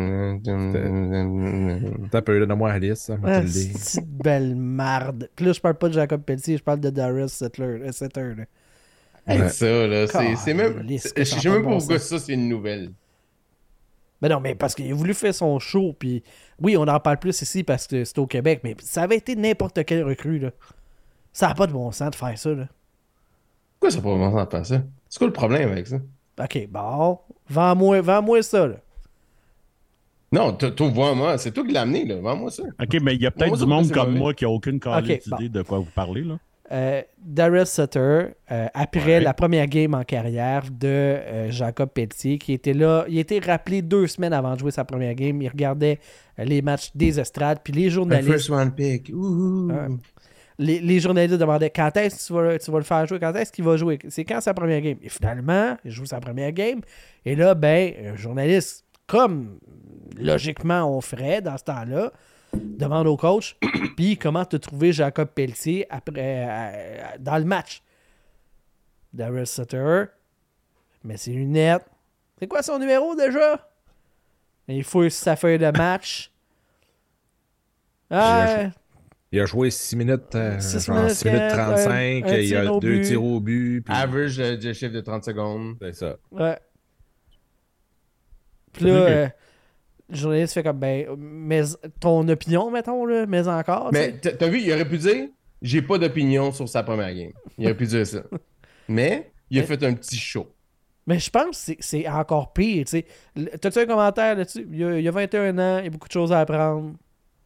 T'as peu, donne-moi la liste, ça,
c'est une belle marde. Puis là, je parle pas de Jacob Pelletier, je parle de Darius Setter. Là.
Ça, là, c'est même... Je sais même pas pourquoi ça, c'est une nouvelle.
Ben non, mais parce qu'il a voulu faire son show, puis oui, on en parle plus ici parce que c'est au Québec, mais ça avait été n'importe quelle recrue, là. Ça n'a pas de bon sens de faire ça, là.
Pourquoi ça n'a pas de bon sens de faire ça? C'est quoi le problème avec ça?
OK, bon, vends-moi ça, là.
Non, toi, vois-moi, c'est toi qui l'as amené, là. Vends-moi ça.
OK, mais il y a peut-être du monde comme moi qui n'a aucune idée de quoi vous parlez, là.
Darius Sutter, après la première game en carrière de Jacob Pelletier, qui était là, il a été rappelé 2 semaines avant de jouer sa première game. Il regardait les matchs des estrades, puis les journalistes...
First one pick.
Les journalistes demandaient quand est-ce que tu vas le faire jouer, quand est-ce qu'il va jouer, c'est quand sa première game. Et finalement, il joue sa première game. Et là, un journaliste, comme logiquement on ferait dans ce temps-là, demande au coach, puis comment t'as trouvé Jacob Pelletier après, dans le match. Darius Sutter met ses lunettes. C'est quoi son numéro déjà? Il fouille sa feuille de match.
Il a joué 6 minutes, 6 minutes 35, il y a 2 tirs au but. Puis...
Average de chiffre de 30 secondes.
C'est ça.
Ouais. Puis là, le journaliste fait comme, mais ton opinion, mettons, là, mais encore.
Mais t'as vu, il aurait pu dire, j'ai pas d'opinion sur sa première game. Il aurait pu dire ça. Mais il a fait un petit show.
Mais je pense que c'est encore pire, tu sais. T'as-tu un commentaire là-dessus? Il y a 21 ans, il y a beaucoup de choses à apprendre.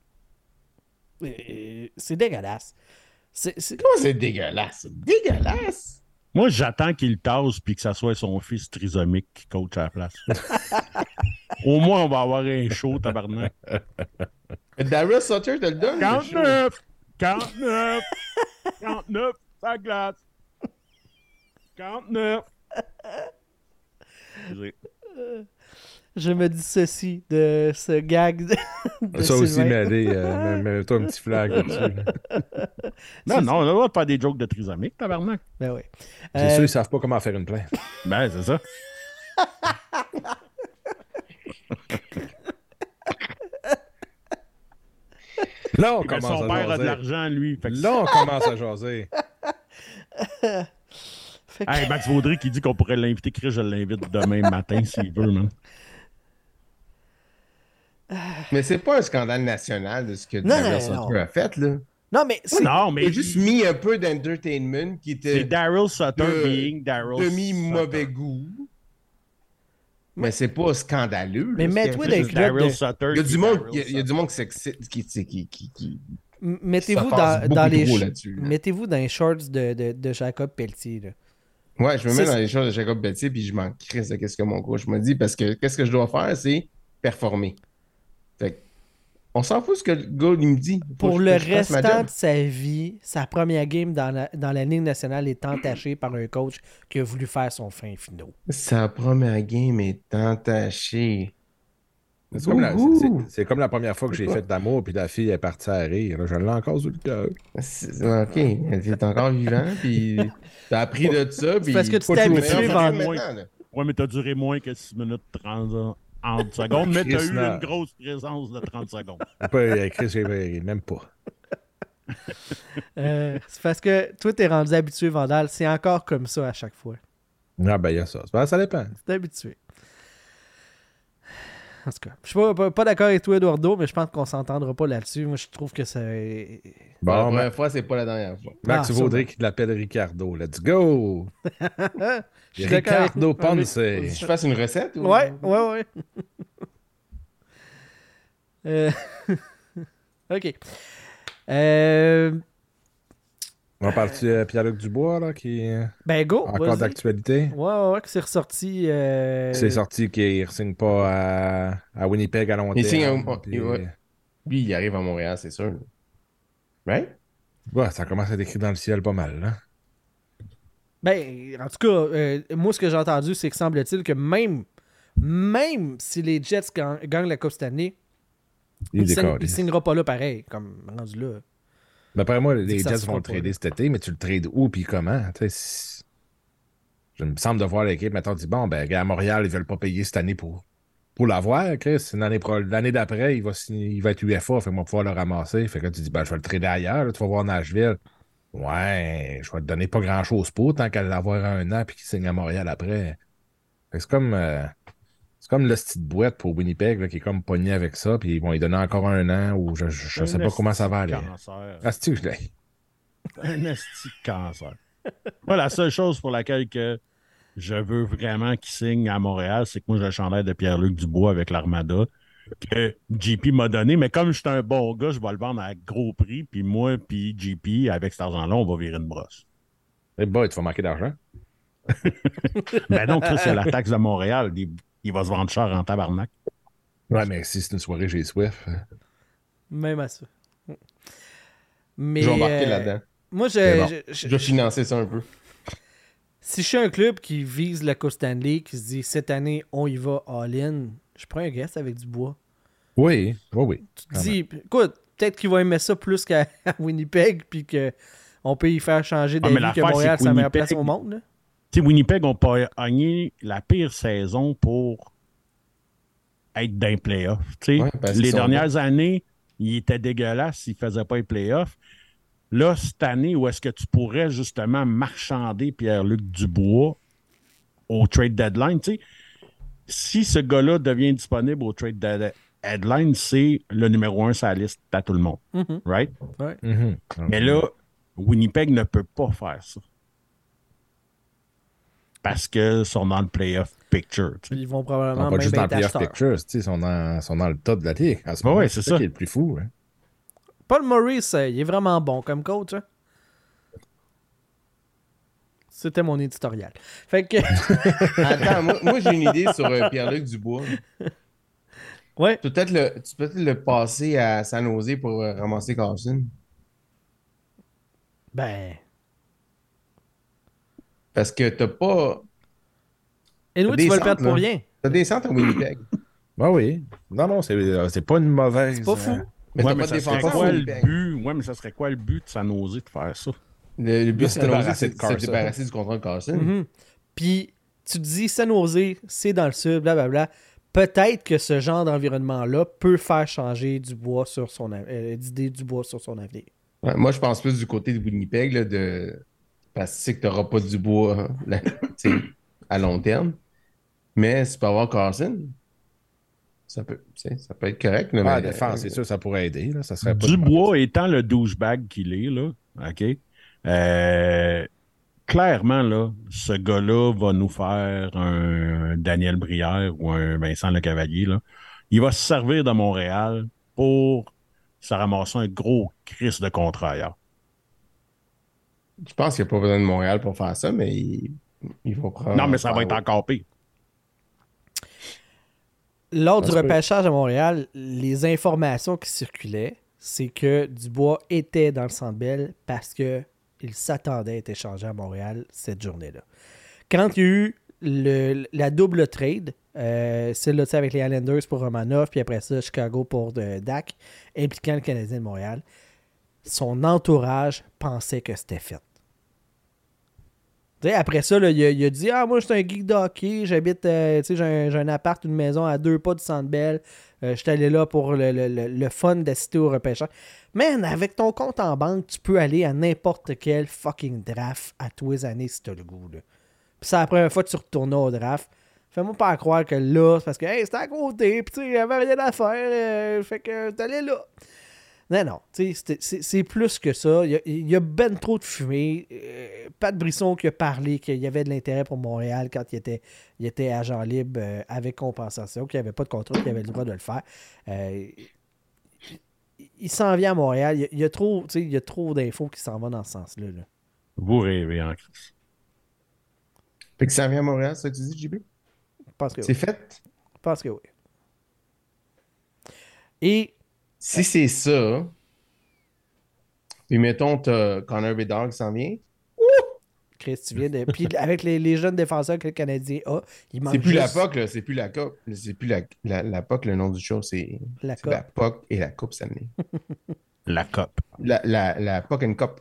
C'est dégueulasse.
Comment c'est dégueulasse? C'est dégueulasse!
Moi, j'attends qu'il tasse puis que ça soit son fils trisomique qui coach à la place. Au moins, on va avoir un show, tabarnak.
Daryl Sutter te le donne? le show?
49! 49! Ça glace! 49! Excusez.
Je me dissocie de ce gag de
Ça aussi,
Sylvain.
mais allez, mets-toi un petit flag là-dessus. là.
Non, on a le droit de faire des jokes de trisomique, tabarnak.
Ben oui.
C'est sûr, ils savent pas comment faire une plainte.
Ben, c'est ça.
Là, on
Ben,
commence
son
à
père a de
jaser.
l'argent, lui. Fait que...
Là, on commence à jaser.
Fait que-
Hey, Max Vaudry qui dit qu'on pourrait l'inviter. Chris, je l'invite demain matin s'il veut, man.
Mais c'est pas un scandale national de ce que
Non,
Daryl
non.
Sutter a fait, là.
Non, mais c'est...
Non,
Il
mais
a juste mis un peu d'entertainment qui
c'est
était
Daryl Sutter
de-
being Daryl
demi-mauvais
Sutter.
goût. Mais c'est pas scandaleux.
Mais
là, ce
mets-toi
qu'il a
dans
fait.
les culottes
Daryl
de...
Sutter.
Il y a
qui
du
est
monde,
Daryl
il y a du
Sutter.
monde qui
Mettez-vous
ça passe
dans
beaucoup
les...
trop là-dessus, là.
Mettez-vous dans les shorts de Jacob Pelletier, là.
Ouais, je me mets
C'est-
dans les choses de Jacob Bettier puis je m'en crisse de qu'est-ce que mon coach m'a dit parce que qu'est-ce que je dois faire, c'est performer. Fait que, on s'en fout ce que le gars il me dit. Faut
Pour
que
le
je fasse ma
restant
job.
de sa vie, sa première game dans la Ligue nationale est entachée par un coach qui a voulu faire son fin finaux.
Sa première game est entachée.
C'est comme,
Ouhou!
c'est comme la première fois que j'ai fait d'amour, puis la fille est partie à rire. Là, je l'ai encore sur le cœur.
OK, t'es encore vivant, puis t'as appris de ça, puis...
parce que tu
Faut
t'es
jouer
habitué
maintenant,
vers-
là.
Ouais, mais t'as duré moins que 6 minutes 30 secondes, mais t'as
Chris,
eu
non.
une grosse présence de 30 secondes.
Pas, Chris, même pas.
C'est parce que toi, t'es rendu habitué, Vandal. C'est encore comme ça à chaque fois.
Ah, ben, il y a ça. Ben, ça dépend.
T'es habitué. En tout cas, je suis pas d'accord avec toi, Eduardo, mais je pense qu'on s'entendra pas là-dessus. Moi, je trouve que ça...
La
Bon,
première fois, c'est pas la dernière fois.
Max
Ah,
Vaudry
sûrement.
qui l'appelle Ricardo. Let's go!
Je suis d'accord avec-
Ricardo
Faut que
Ponce.
je fasse une recette? Ou...
Ouais. OK.
On parle-tu de Pierre-Luc Dubois, là, qui est
Ben, go.
encore
vas-y.
d'actualité?
Ouais, que c'est ressorti.
C'est sorti qu'il ne signe pas à Winnipeg à long
Il signe
terme.
à-
puis-
ouais. Lui, il arrive à Montréal, c'est sûr. Right?
Ouais, ça commence à être écrit dans le ciel pas mal, là.
Ben, en tout cas, moi, ce que j'ai entendu, c'est que semble-t-il que même si les Jets gagnent la Coupe Stanley, il signera pas là pareil, comme rendu là.
D'après moi,
Dit
les
que ça
Jets
se
vont
fera
le
pas,
trader
là.
cet été, mais tu le trades où puis comment? Tu sais, je me semble de voir l'équipe, mettons, dit bon, ben, gars, à Montréal, ils veulent pas payer cette année pour l'avoir, Chris. L'année d'après, il va être UFA, fait qu'on va pouvoir le ramasser. Fait que là, tu dis, ben, je vais le trader ailleurs, là, tu vas voir Nashville. Ouais, je vais te donner pas grand-chose pour tant qu'à l'avoir un an puis qu'il signe à Montréal après. Fait que c'est comme le petite boîte pour Winnipeg là, qui est comme pogné avec ça, puis ils vont lui donner encore un an ou je sais pas comment ça va aller.
Cancer.
Ah, c'est-tu que je l'ai?
Un esti de cancer. Moi, la seule chose pour laquelle que je veux vraiment qu'il signe à Montréal, c'est que moi, j'ai le chandail de Pierre-Luc Dubois avec l'Armada que JP m'a donné. Mais comme je suis un bon gars, je vais le vendre à gros prix. Puis moi, puis JP, avec cet argent-là, on va virer une brosse.
Eh boy, tu vas manquer d'argent.
Ben non, Chris, c'est la taxe de Montréal. Il va se vendre cher en tabarnak.
Ouais, mais si c'est une soirée chez Swift.
Même à ça. Mais,
Je vais embarquer là-dedans.
Moi,
C'est bon.
Je vais financer ça un peu.
si je suis un club qui vise la Coupe Stanley, qui se dit cette année, on y va all-in, je prends un guest avec du bois.
Oui.
Tu te dis, écoute, peut-être qu'il va aimer ça plus qu'à à Winnipeg, puis qu'on peut y faire changer
Ah, mais
d'avis que
l'affaire,
Montréal,
c'est
c'est la meilleure
Winnipeg-
place au monde. Là.
Tu sais, Winnipeg n'a pas gagné la pire saison pour être dans les playoffs. Tu sais,
Ouais, parce qu'ils
les
sont
dernières années, il était dégueulasse s'il ne faisait pas les playoffs. Là, cette année, où est-ce que tu pourrais justement marchander Pierre-Luc Dubois au trade deadline? Tu sais, si ce gars-là devient disponible au trade deadline, c'est le numéro 1 sur la liste à tout le monde.
Mhm.
Right?
Mhm.
Mais là, Winnipeg ne peut pas faire ça. Parce qu'ils sont dans le playoff picture. Tu sais.
Puis ils vont
Ils
probablement
sont pas
même
juste dans le
être
playoff
acheteurs.
pictures, tu sais, ils sont dans le top de la ligue. En ce
Ouais,
moment,
ouais, c'est ça.
qui est le plus fou. Hein.
Paul Maurice, il est vraiment bon comme coach. Hein? C'était mon éditorial. Fait que...
Attends, moi j'ai une idée sur Pierre-Luc Dubois.
Ouais.
Tu peux peut-être le passer à San Jose pour ramasser Carson.
Ben.
Parce que t'as pas.
Et nous,
T'as
tu
des
vas le perdre
centres,
pour
là.
rien.
T'as des centres à Winnipeg.
Ben oui. Non, c'est pas une mauvaise.
C'est pas fou.
Mais
Ouais,
t'as
mais
pas de
ça serait
défenseur à
quoi le
Winnipeg.
but? Ouais, mais ça serait quoi le but de San Jose de faire ça?
Le but
De
de
se
San Jose,
débarrasser
c'est
de
de se
Carson.
débarrasser du contrat de Carson.
Mhm. Puis, tu te dis, San Jose, c'est dans le sud, blablabla. Peut-être que ce genre d'environnement-là peut faire changer Dubois sur son d'idée Dubois sur son avenir.
Ouais, moi, je pense plus du côté de Winnipeg, là, parce que tu sais que tu n'auras pas du bois hein, là, tu sais, à long terme. Mais si tu peux avoir Carson, ça peut être correct. Là,
Ah, la
mais,
défense, c'est sûr, ça pourrait aider. Là. Ça serait pas
Dubois étant le douchebag qu'il est, là, OK? Clairement, là, ce gars-là va nous faire un Daniel Brière ou un Vincent Lecavalier, là. Il va se servir de Montréal pour se ramasser un gros crise de contrat ailleurs.
je pense qu'il n'y a pas besoin de Montréal pour faire ça, mais il va prendre.
Non, mais ça va être encore pire.
Lors du
Ça se peut.
repêchage à Montréal, les informations qui circulaient, c'est que Dubois était dans le Centre Bell parce qu'il s'attendait à être échangé à Montréal cette journée-là. Quand il y a eu la double trade, celle-là avec les Islanders pour Romanov, puis après ça, Chicago pour Dak, impliquant le Canadien de Montréal, son entourage pensait que c'était fait. Tu sais, après ça, là, il a dit « Ah, moi, je suis un geek de hockey, j'habite, tu sais, j'ai un appart, une maison à 2 pas du Centre Bell. Je suis allé là pour le fun d'assister au repêchage. » Man, avec ton compte en banque, tu peux aller à n'importe quel fucking draft à tous les années si t'as le goût. Là. Puis c'est la première fois que tu retournes au draft. Fais-moi pas croire que là, c'est parce que hey, c'était à côté, puis tu sais, il n'y avait rien à faire, fait que t'allais là. Non, tu sais, c'est plus que ça. Il y a ben trop de fumée. Pat Brisson qui a parlé qu'il y avait de l'intérêt pour Montréal quand il était agent libre avec compensation, qu'il n'y avait pas de contrat, qu'il avait le droit de le faire. Il s'en vient à Montréal. Il y a trop d'infos qui s'en vont dans ce sens-là. Là.
Vous rêvez en Christ.
Fait que ça vient à Montréal, c'est ça que tu dis, JB?
Je pense que
C'est
oui.
fait?
Je pense que oui. Et
Si c'est ça, puis mettons, t'as Connor Bedard qui s'en vient,
Chris, tu viens de. Puis avec les jeunes défenseurs que le Canadien a, il manque
c'est plus la
juste
POC, là, c'est plus la coupe. C'est plus la POC, le nom du show, c'est
la
c'est la
coupe.
POC et la coupe cette année.
La COP.
La POC and Cup.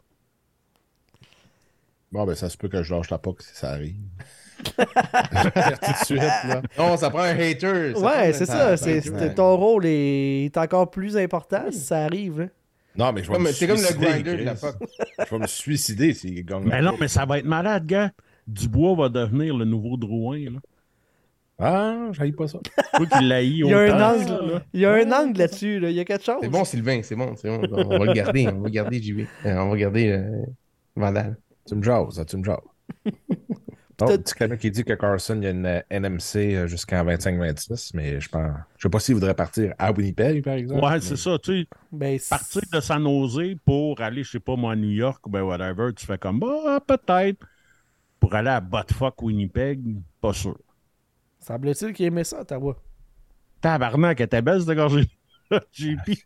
Bon, ben, ça se peut que je lâche la POC si ça arrive. Tout de suite, là.
Non, ça prend un hater.
Ouais, c'est ça.
Ouais.
Ton rôle est encore plus important si ça arrive. Là.
Non, mais je vais me
C'est comme le
suicider,
grinder de la
Chris.
POC.
Je vais me suicider s'il gagne
Mais
la
non,
POC.
mais ça va être malade, gars. Dubois va devenir le nouveau Drouin, là.
Ah, j'aille pas ça.
Toi qui l'as
Il y a un
autant,
angle,
ça, là.
il y a un angle là-dessus. Là. Il y a quelque chose.
C'est bon, Sylvain, c'est bon. On va le garder. On va garder JB. On va garder Vandal.
Tu me jases, tu me jases. Non,
T'as-
petit quelqu'un qui dit que Carson, il y a une NMC jusqu'en 25-26, mais je pense. Je sais pas s'il voudrait partir à Winnipeg, par exemple.
Ouais,
mais-
c'est ça, tu sais.
Ben,
Partir de San Jose pour aller, je sais pas moi, à New York ou ben whatever, tu fais comme, bah, peut-être. Pour aller à buttfuck Winnipeg, pas sûr.
semble-t-il qu'il aimait ça, ta voix.
Tabarnak, elle était belle, cette gorgée. JP.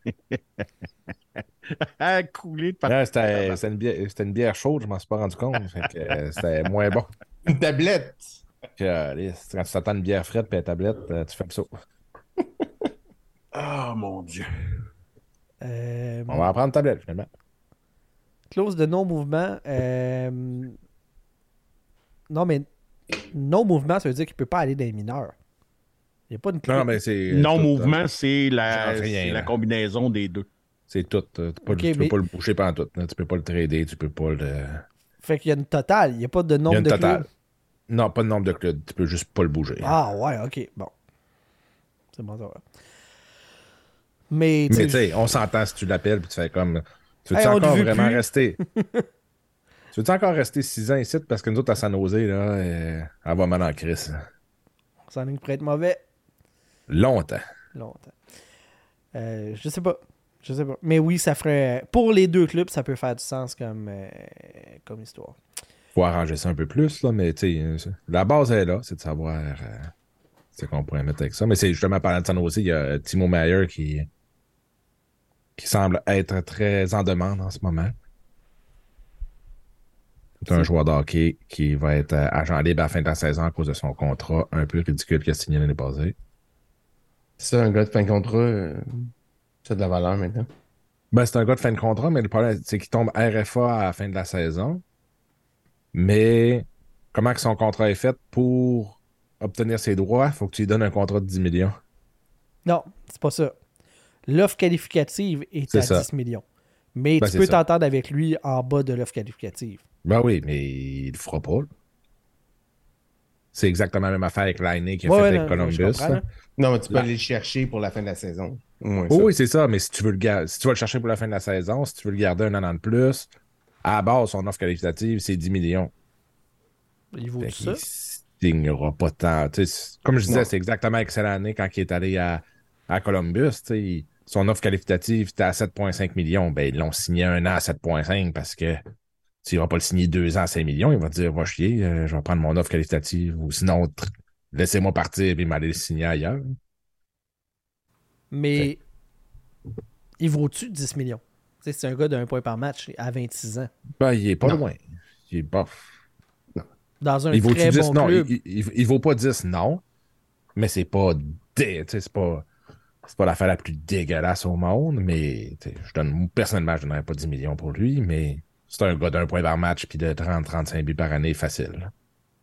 À couler de
Ouais,
partout.
c'était une bière chaude, je m'en suis pas rendu compte. Fait que, c'était moins bon.
Une tablette.
Quand tu t'attends une bière frette et une tablette, tu fais ça.
Oh mon Dieu.
On va en prendre une tablette, finalement.
Clause de non-mouvement. Non, mais non-mouvement, ça veut dire qu'il ne peut pas aller dans les mineurs. Il n'y a pas une clause.
Non, mais c'est.
Non-mouvement, c'est
Change
la
rien, là.
combinaison des deux.
C'est tout. Tu peux
mais-
pas le boucher pendant tout. Tu peux pas le trader, tu peux pas le.
Fait qu'il y a une totale. Il n'y a pas de
Il y a
nombre
une
de
totale.
clubs.
Non, pas de nombre de clubs. Tu peux juste pas le bouger.
Ah, ouais, ok. Bon. C'est bon, ça va. Mais,
Mais tu sais, on s'entend si tu l'appelles puis tu fais comme. Tu veux-tu
Hey, on te
encore
veut
vraiment
plus.
rester? Tu veux-tu encore rester 6 ans ici? Parce que nous autres, à San Jose, là, elle va mal en crise.
ça ligne pourrait être mauvais
Longtemps.
longtemps. Je sais pas. Mais oui, ça ferait. Pour les deux clubs, ça peut faire du sens comme histoire.
Faut arranger ça un peu plus, là, mais tu sais, la base est là, c'est de savoir. C'est qu'on pourrait mettre avec ça. Mais c'est justement parlant de San Jose, il y a Timo Meier qui semble être très en demande en ce moment. C'est un joueur de hockey qui va être agent libre à la fin de la saison à cause de son contrat un peu ridicule qu'il a signé l'année passée.
C'est ça, un gars de fin de contrat, ça a de la valeur maintenant.
Ben, c'est un gars de fin de contrat, mais le problème, c'est qu'il tombe RFA à la fin de la saison. Mais comment que son contrat est fait pour obtenir ses droits? Il faut que tu lui donnes un contrat de 10 millions.
Non, c'est pas ça. L'offre qualificative est
C'est
à
ça.
10 millions. Mais
Ben,
tu
c'est
peux
ça.
t'entendre avec lui en bas de l'offre qualificative.
Ben oui, mais il le fera pas. Là. C'est exactement la même affaire avec Laine qui a
Ouais,
fait
ouais,
avec
non,
Columbus.
je comprends,
là.
là.
Non, mais tu peux
Là.
aller le chercher pour la fin de la saison. Au moins
Oh
ça.
oui, c'est ça, mais si tu veux si tu vas le chercher pour la fin de la saison, si tu veux le garder un an de plus, à la base, son offre qualificative, c'est 10 millions.
Il vaut
Fait
ça.
qu'il signera pas tant. Tu sais, comme je disais,
Non.
c'est exactement avec cette année quand il est allé à Columbus. Tu sais, son offre qualificative était à 7,5 millions. Ben, ils l'ont signé un an à 7,5 parce que s'il ne va pas le signer 2 ans à 5 millions, il va dire va chier, je vais prendre mon offre qualificative ou sinon laissez-moi partir et m'aller le signer ailleurs.
Mais il vaut-tu 10 millions? Tu sais, c'est un gars d'un point par match à 26 ans.
Ben, il est pas
Non.
loin. Il est pas.
Dans un
Il vaut-tu
très
10?
bon
Non,
club.
il vaut pas 10, non. Mais c'est pas tu sais, c'est pas l'affaire la plus dégueulasse au monde, mais tu sais, personnellement, je donnerais pas 10 millions pour lui, mais c'est un gars d'un point par match puis de 30-35 buts par année facile.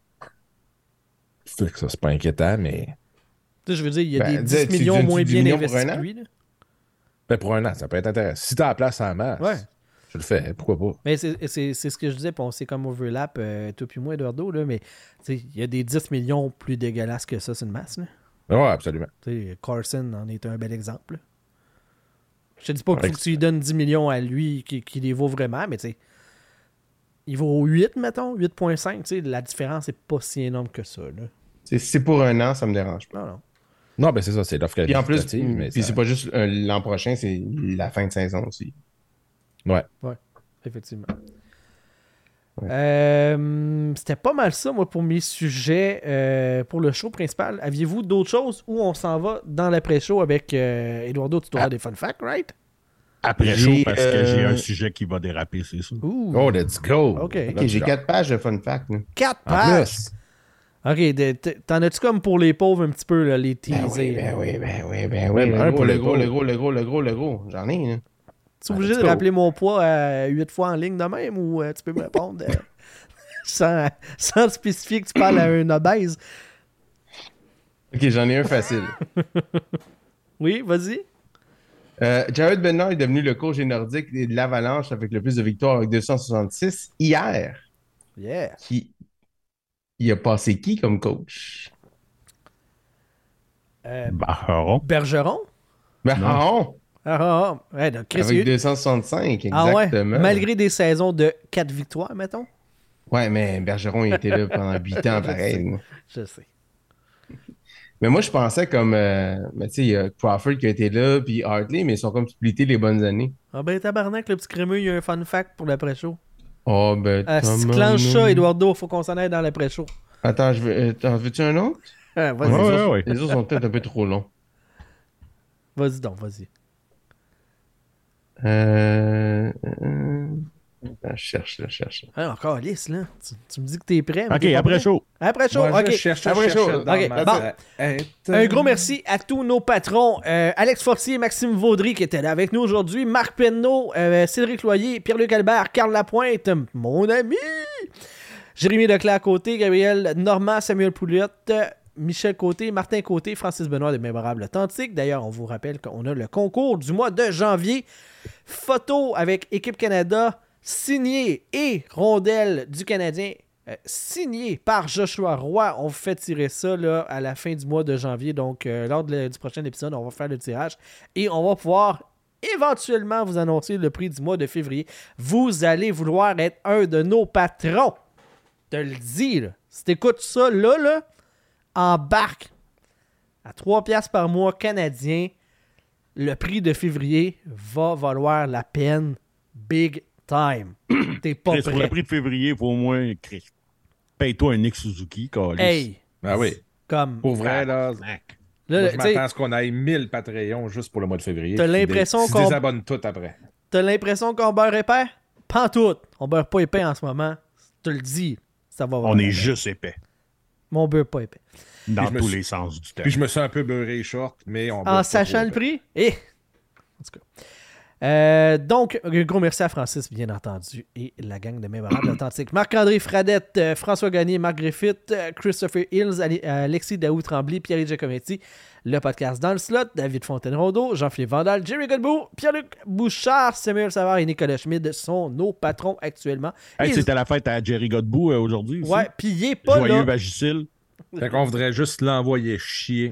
Fait que ça, c'est pas inquiétant, mais
Tu sais, je veux dire, il y a
Ben,
des 10
tu
millions
donnes-tu
moins
10
bien
millions pour
investis
un
que
an?
lui. Là.
ben, pour un an, ça peut être intéressant. Si t'as la place en masse,
Ouais.
je le fais, pourquoi pas?
Mais c'est ce que je disais, puis on sait comme overlap, toi puis moi, Eduardo, là, mais tu sais, il y a des 10 millions plus dégueulasses que ça, c'est une masse. Là.
Ouais, absolument.
Tu sais, Carson en est un bel exemple. Là. Je te dis pas qu'il
Ouais,
faut que tu lui donnes 10 millions à lui qui les vaut vraiment, mais tu sais, il vaut 8, mettons, 8,5. Tu sais, la différence n'est pas si énorme que ça. Là.
Si c'est pour un an, ça me dérange pas.
Non, non.
Non, ben c'est ça, c'est l'offre
Puis en plus,
qualificative, mais
puis
ça-
c'est pas juste l'an prochain, c'est la fin de saison aussi.
Ouais.
Effectivement.
Ouais.
C'était pas mal ça, moi, pour mes sujets pour le show principal. Aviez-vous d'autres choses où on s'en va dans l'après-show avec Eduardo? Tu dois avoir des fun facts, right?
Après
J'ai,
chaud, parce que j'ai un sujet qui va déraper, c'est sûr.
Ouh,
Oh, let's go!
OK.
Ok, j'ai 4 pages de fun fact. là.
4
En
pages!
plus,
OK, t'en as-tu comme pour les pauvres un petit peu, là, les teaser?
Ben oui.
Même un pour
Le
le
gros. J'en ai, là.
Tu es obligé de rappeler mon poids 8 fois en ligne de même ou tu peux me répondre sans spécifier que tu parles à un obèse?
Ok, j'en ai un facile.
Oui, vas-y.
Jared Bednar est devenu le coach des Nordiques et de l'Avalanche avec le plus de victoires avec 266 hier.
Yeah.
Il a passé qui comme coach?
Baron.
Bergeron?
Ben,
Ouais, donc Chris,
avec 265,
Ah ouais?
exactement.
Malgré des saisons de 4 victoires, mettons?
Ouais, mais Bergeron, il était là pendant 8 ans, pareil.
Je sais.
Mais moi, je pensais comme... mais tu sais, il y a Crawford qui a été là, puis Hartley, mais ils sont comme splittés les bonnes années.
Ah ben tabarnak, le petit crémeux, il y a un fun fact pour l'après-show.
Oh, ben...
Si tu clenches ça, Eduardo, faut qu'on s'en aille dans l'après-show.
Attends, veux-tu un autre?
Vas-y,
Ouais.
Les autres sont peut-être un peu trop longs.
vas-y donc, vas-y.
Attends, je cherche.
Ah, encore lisse, là. Tu me dis que t'es prêt. mais
OK,
t'es pas
après
prêt.
chaud.
Après chaud,
moi,
ok.
je cherche
Après chaud.
dans
Ok,
ma
bon.
tête.
Un gros merci à tous nos patrons. Alex Fortier, Maxime Vaudry qui étaient là avec nous aujourd'hui, Marc Penneau, Cédric Loyer, Pierre-Luc Albert, Carl Lapointe, mon ami, Jérémy Leclerc à côté, Gabriel Normand, Samuel Pouliot, Michel Côté, Martin Côté, Francis Benoît de Mémorable Authentique. D'ailleurs, on vous rappelle qu'on a le concours du mois de janvier. Photo avec Équipe Canada, signé et rondelle du Canadien, signé par Joshua Roy. On vous fait tirer ça là, à la fin du mois de janvier. Donc, lors du prochain épisode, on va faire le tirage et on va pouvoir éventuellement vous annoncer le prix du mois de février. Vous allez vouloir être un de nos patrons. Je te le dis, là. Si t'écoutes ça, là, embarque à 3$ par mois canadien. Le prix de février va valoir la peine big time. T'es pas
Chris, pour le
prêt.
prix de février, il faut au moins, Chris, paye-toi un Nick Suzuki, câlisse.
Hey!
Ah oui.
Comme,
Pour vrai, là,
Tabarnak.
là,
moi, je
tu sais,
m'attends à ce qu'on ait 1000 Patreons juste pour le mois de février.
T'as
puis
l'impression
ils se
qu'on-
désabonnent tout après.
t'as l'impression qu'on beurre épais? Pantoute. On beurre pas épais en ce moment. Je te le dis. Ça va
On
vraiment
est
bien.
juste épais.
Mais on beurre pas épais.
Dans
je me
tous
suis-
les sens du terme.
Puis je me suis un peu beurré short, mais on
En
boit pas
sachant
trop
le
épais.
prix? En tout cas. Donc, un gros merci à Francis, bien entendu, et la gang de Mémorables Authentiques. Marc-André Fradette, François Gagné, Marc Griffith, Christopher Hills, Alexis Daou-Tremblay, Pierre Giacometti, le podcast Dans le Slot, David Fontaine-Rondeau, Jean-Philippe Vandal, Jerry Godbout, Pierre-Luc Bouchard, Samuel Savard et Nicolas Schmid sont nos patrons actuellement.
Hey,
Et-
c'était la fête à Jerry Godbout aujourd'hui aussi.
Ouais, puis il est pas
Joyeux
là.
Vagicile.
Fait qu'on voudrait juste l'envoyer chier.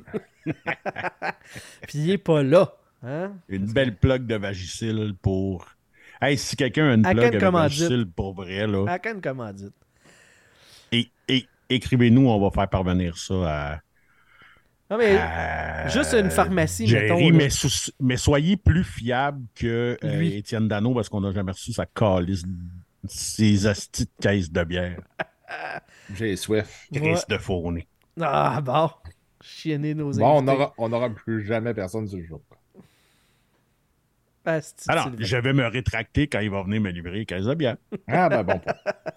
Puis il est pas là. Hein?
Une belle plug de Vagicile pour... Hey, si quelqu'un a une
À
plug
quelle
avec
commandite?
Vagicile pour vrai, là,
À quand une commandite?
écrivez-nous, on va faire parvenir ça
Non, mais
à...
juste une pharmacie,
Jerry,
mettons. Là.
mais soyez plus fiable que
Lui.
Étienne Dano parce qu'on n'a jamais reçu sa calice, ses astis de caisse de bière.
J'ai soif.
Chris de fourné.
Ah, bon. Chienner nos
Bon,
invités.
on aura plus jamais personne sur le jour.
Asti de
Alors,
Sylvain.
je vais me rétracter quand il va venir me livrer les caisses de bière.
Ah, ben bon.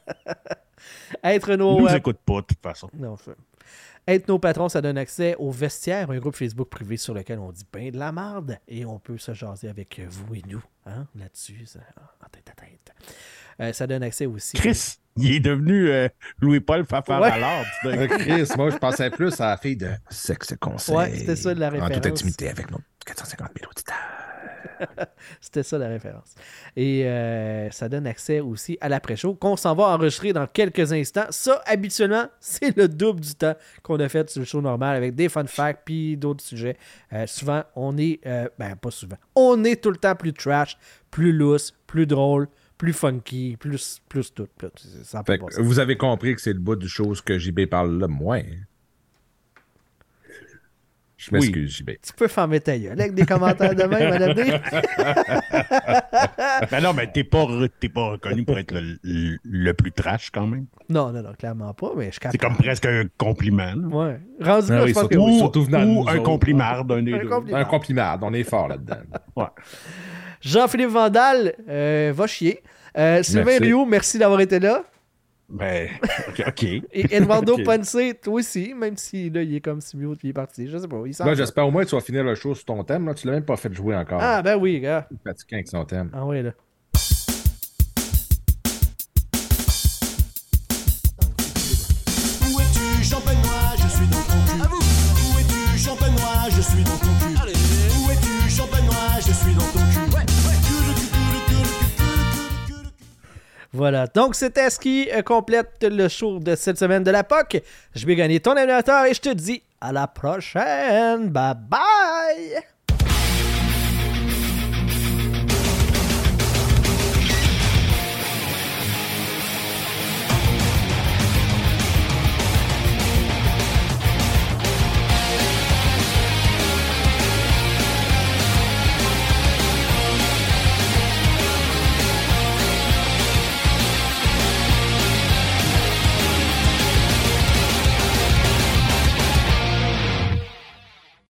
Être
Il
nos...
nous écoute pas, de toute façon.
Non, ça. Être nos patrons, ça donne accès au vestiaire, un groupe Facebook privé sur lequel on dit ben de la marde et on peut se jaser avec vous et nous hein, là-dessus, ça, en tête à tête. Ça donne accès aussi.
Chris, il est devenu Louis-Paul Fafard
Ouais.
Allard.
Chris, moi, je pensais plus à la fille de Sexe Conseil.
Ouais, c'était ça de la
En
référence.
toute intimité avec nos 450 000 auditeurs.
C'était ça la référence. Et ça donne accès aussi à l'après-show qu'on s'en va enregistrer dans quelques instants. Ça, habituellement, c'est le double du temps qu'on a fait sur le show normal avec des fun facts puis d'autres sujets. Souvent, on est... pas souvent. On est tout le temps plus trash, plus loose, plus drôle, plus funky, plus tout. Ça peut
Fait
pas
que vous avez compris que c'est le bout du chose que JB parle le moins. Je m'excuse, JB.
Tu peux fermer ta gueule avec des commentaires de même, madame D.
Ben non, mais t'es pas reconnu pour être le plus trash quand même.
Non, clairement pas, mais je capte.
C'est comme presque un compliment. là.
Ouais. Rendu là,
Ah oui,
je pense que
surtout-
oui.
surtout venant de nous
Ou un
autres.
compliment d'un des
Un
deux.
compliment.
Un compliment, on est fort là-dedans.
Ouais.
Jean-Philippe Vandal, va chier. Sylvain
Merci.
Rioux, merci d'avoir été là.
Ben, OK.
Et Eduardo
Ok.
Ponce, toi aussi, même si là, il est comme Simio puis il est parti. Je sais pas. Il s'en
Là,
va.
j'espère au moins que tu vas finir le show sur ton thème. Là. Tu l'as même pas fait jouer encore.
Ah, ben oui, gars.
Fatiguant avec son thème.
Ah, oui, là.
Où es-tu, champenois? Je suis dans ton cul. À vous. Où es-tu, champenois? Je suis dans ton cul. Allez. Où es-tu, champenois? Je suis dans ton cul. Ouais.
Voilà. Donc, c'était ce qui complète le show de cette semaine de la POC. Je vais gagner ton animateur et je te dis à la prochaine. Bye bye!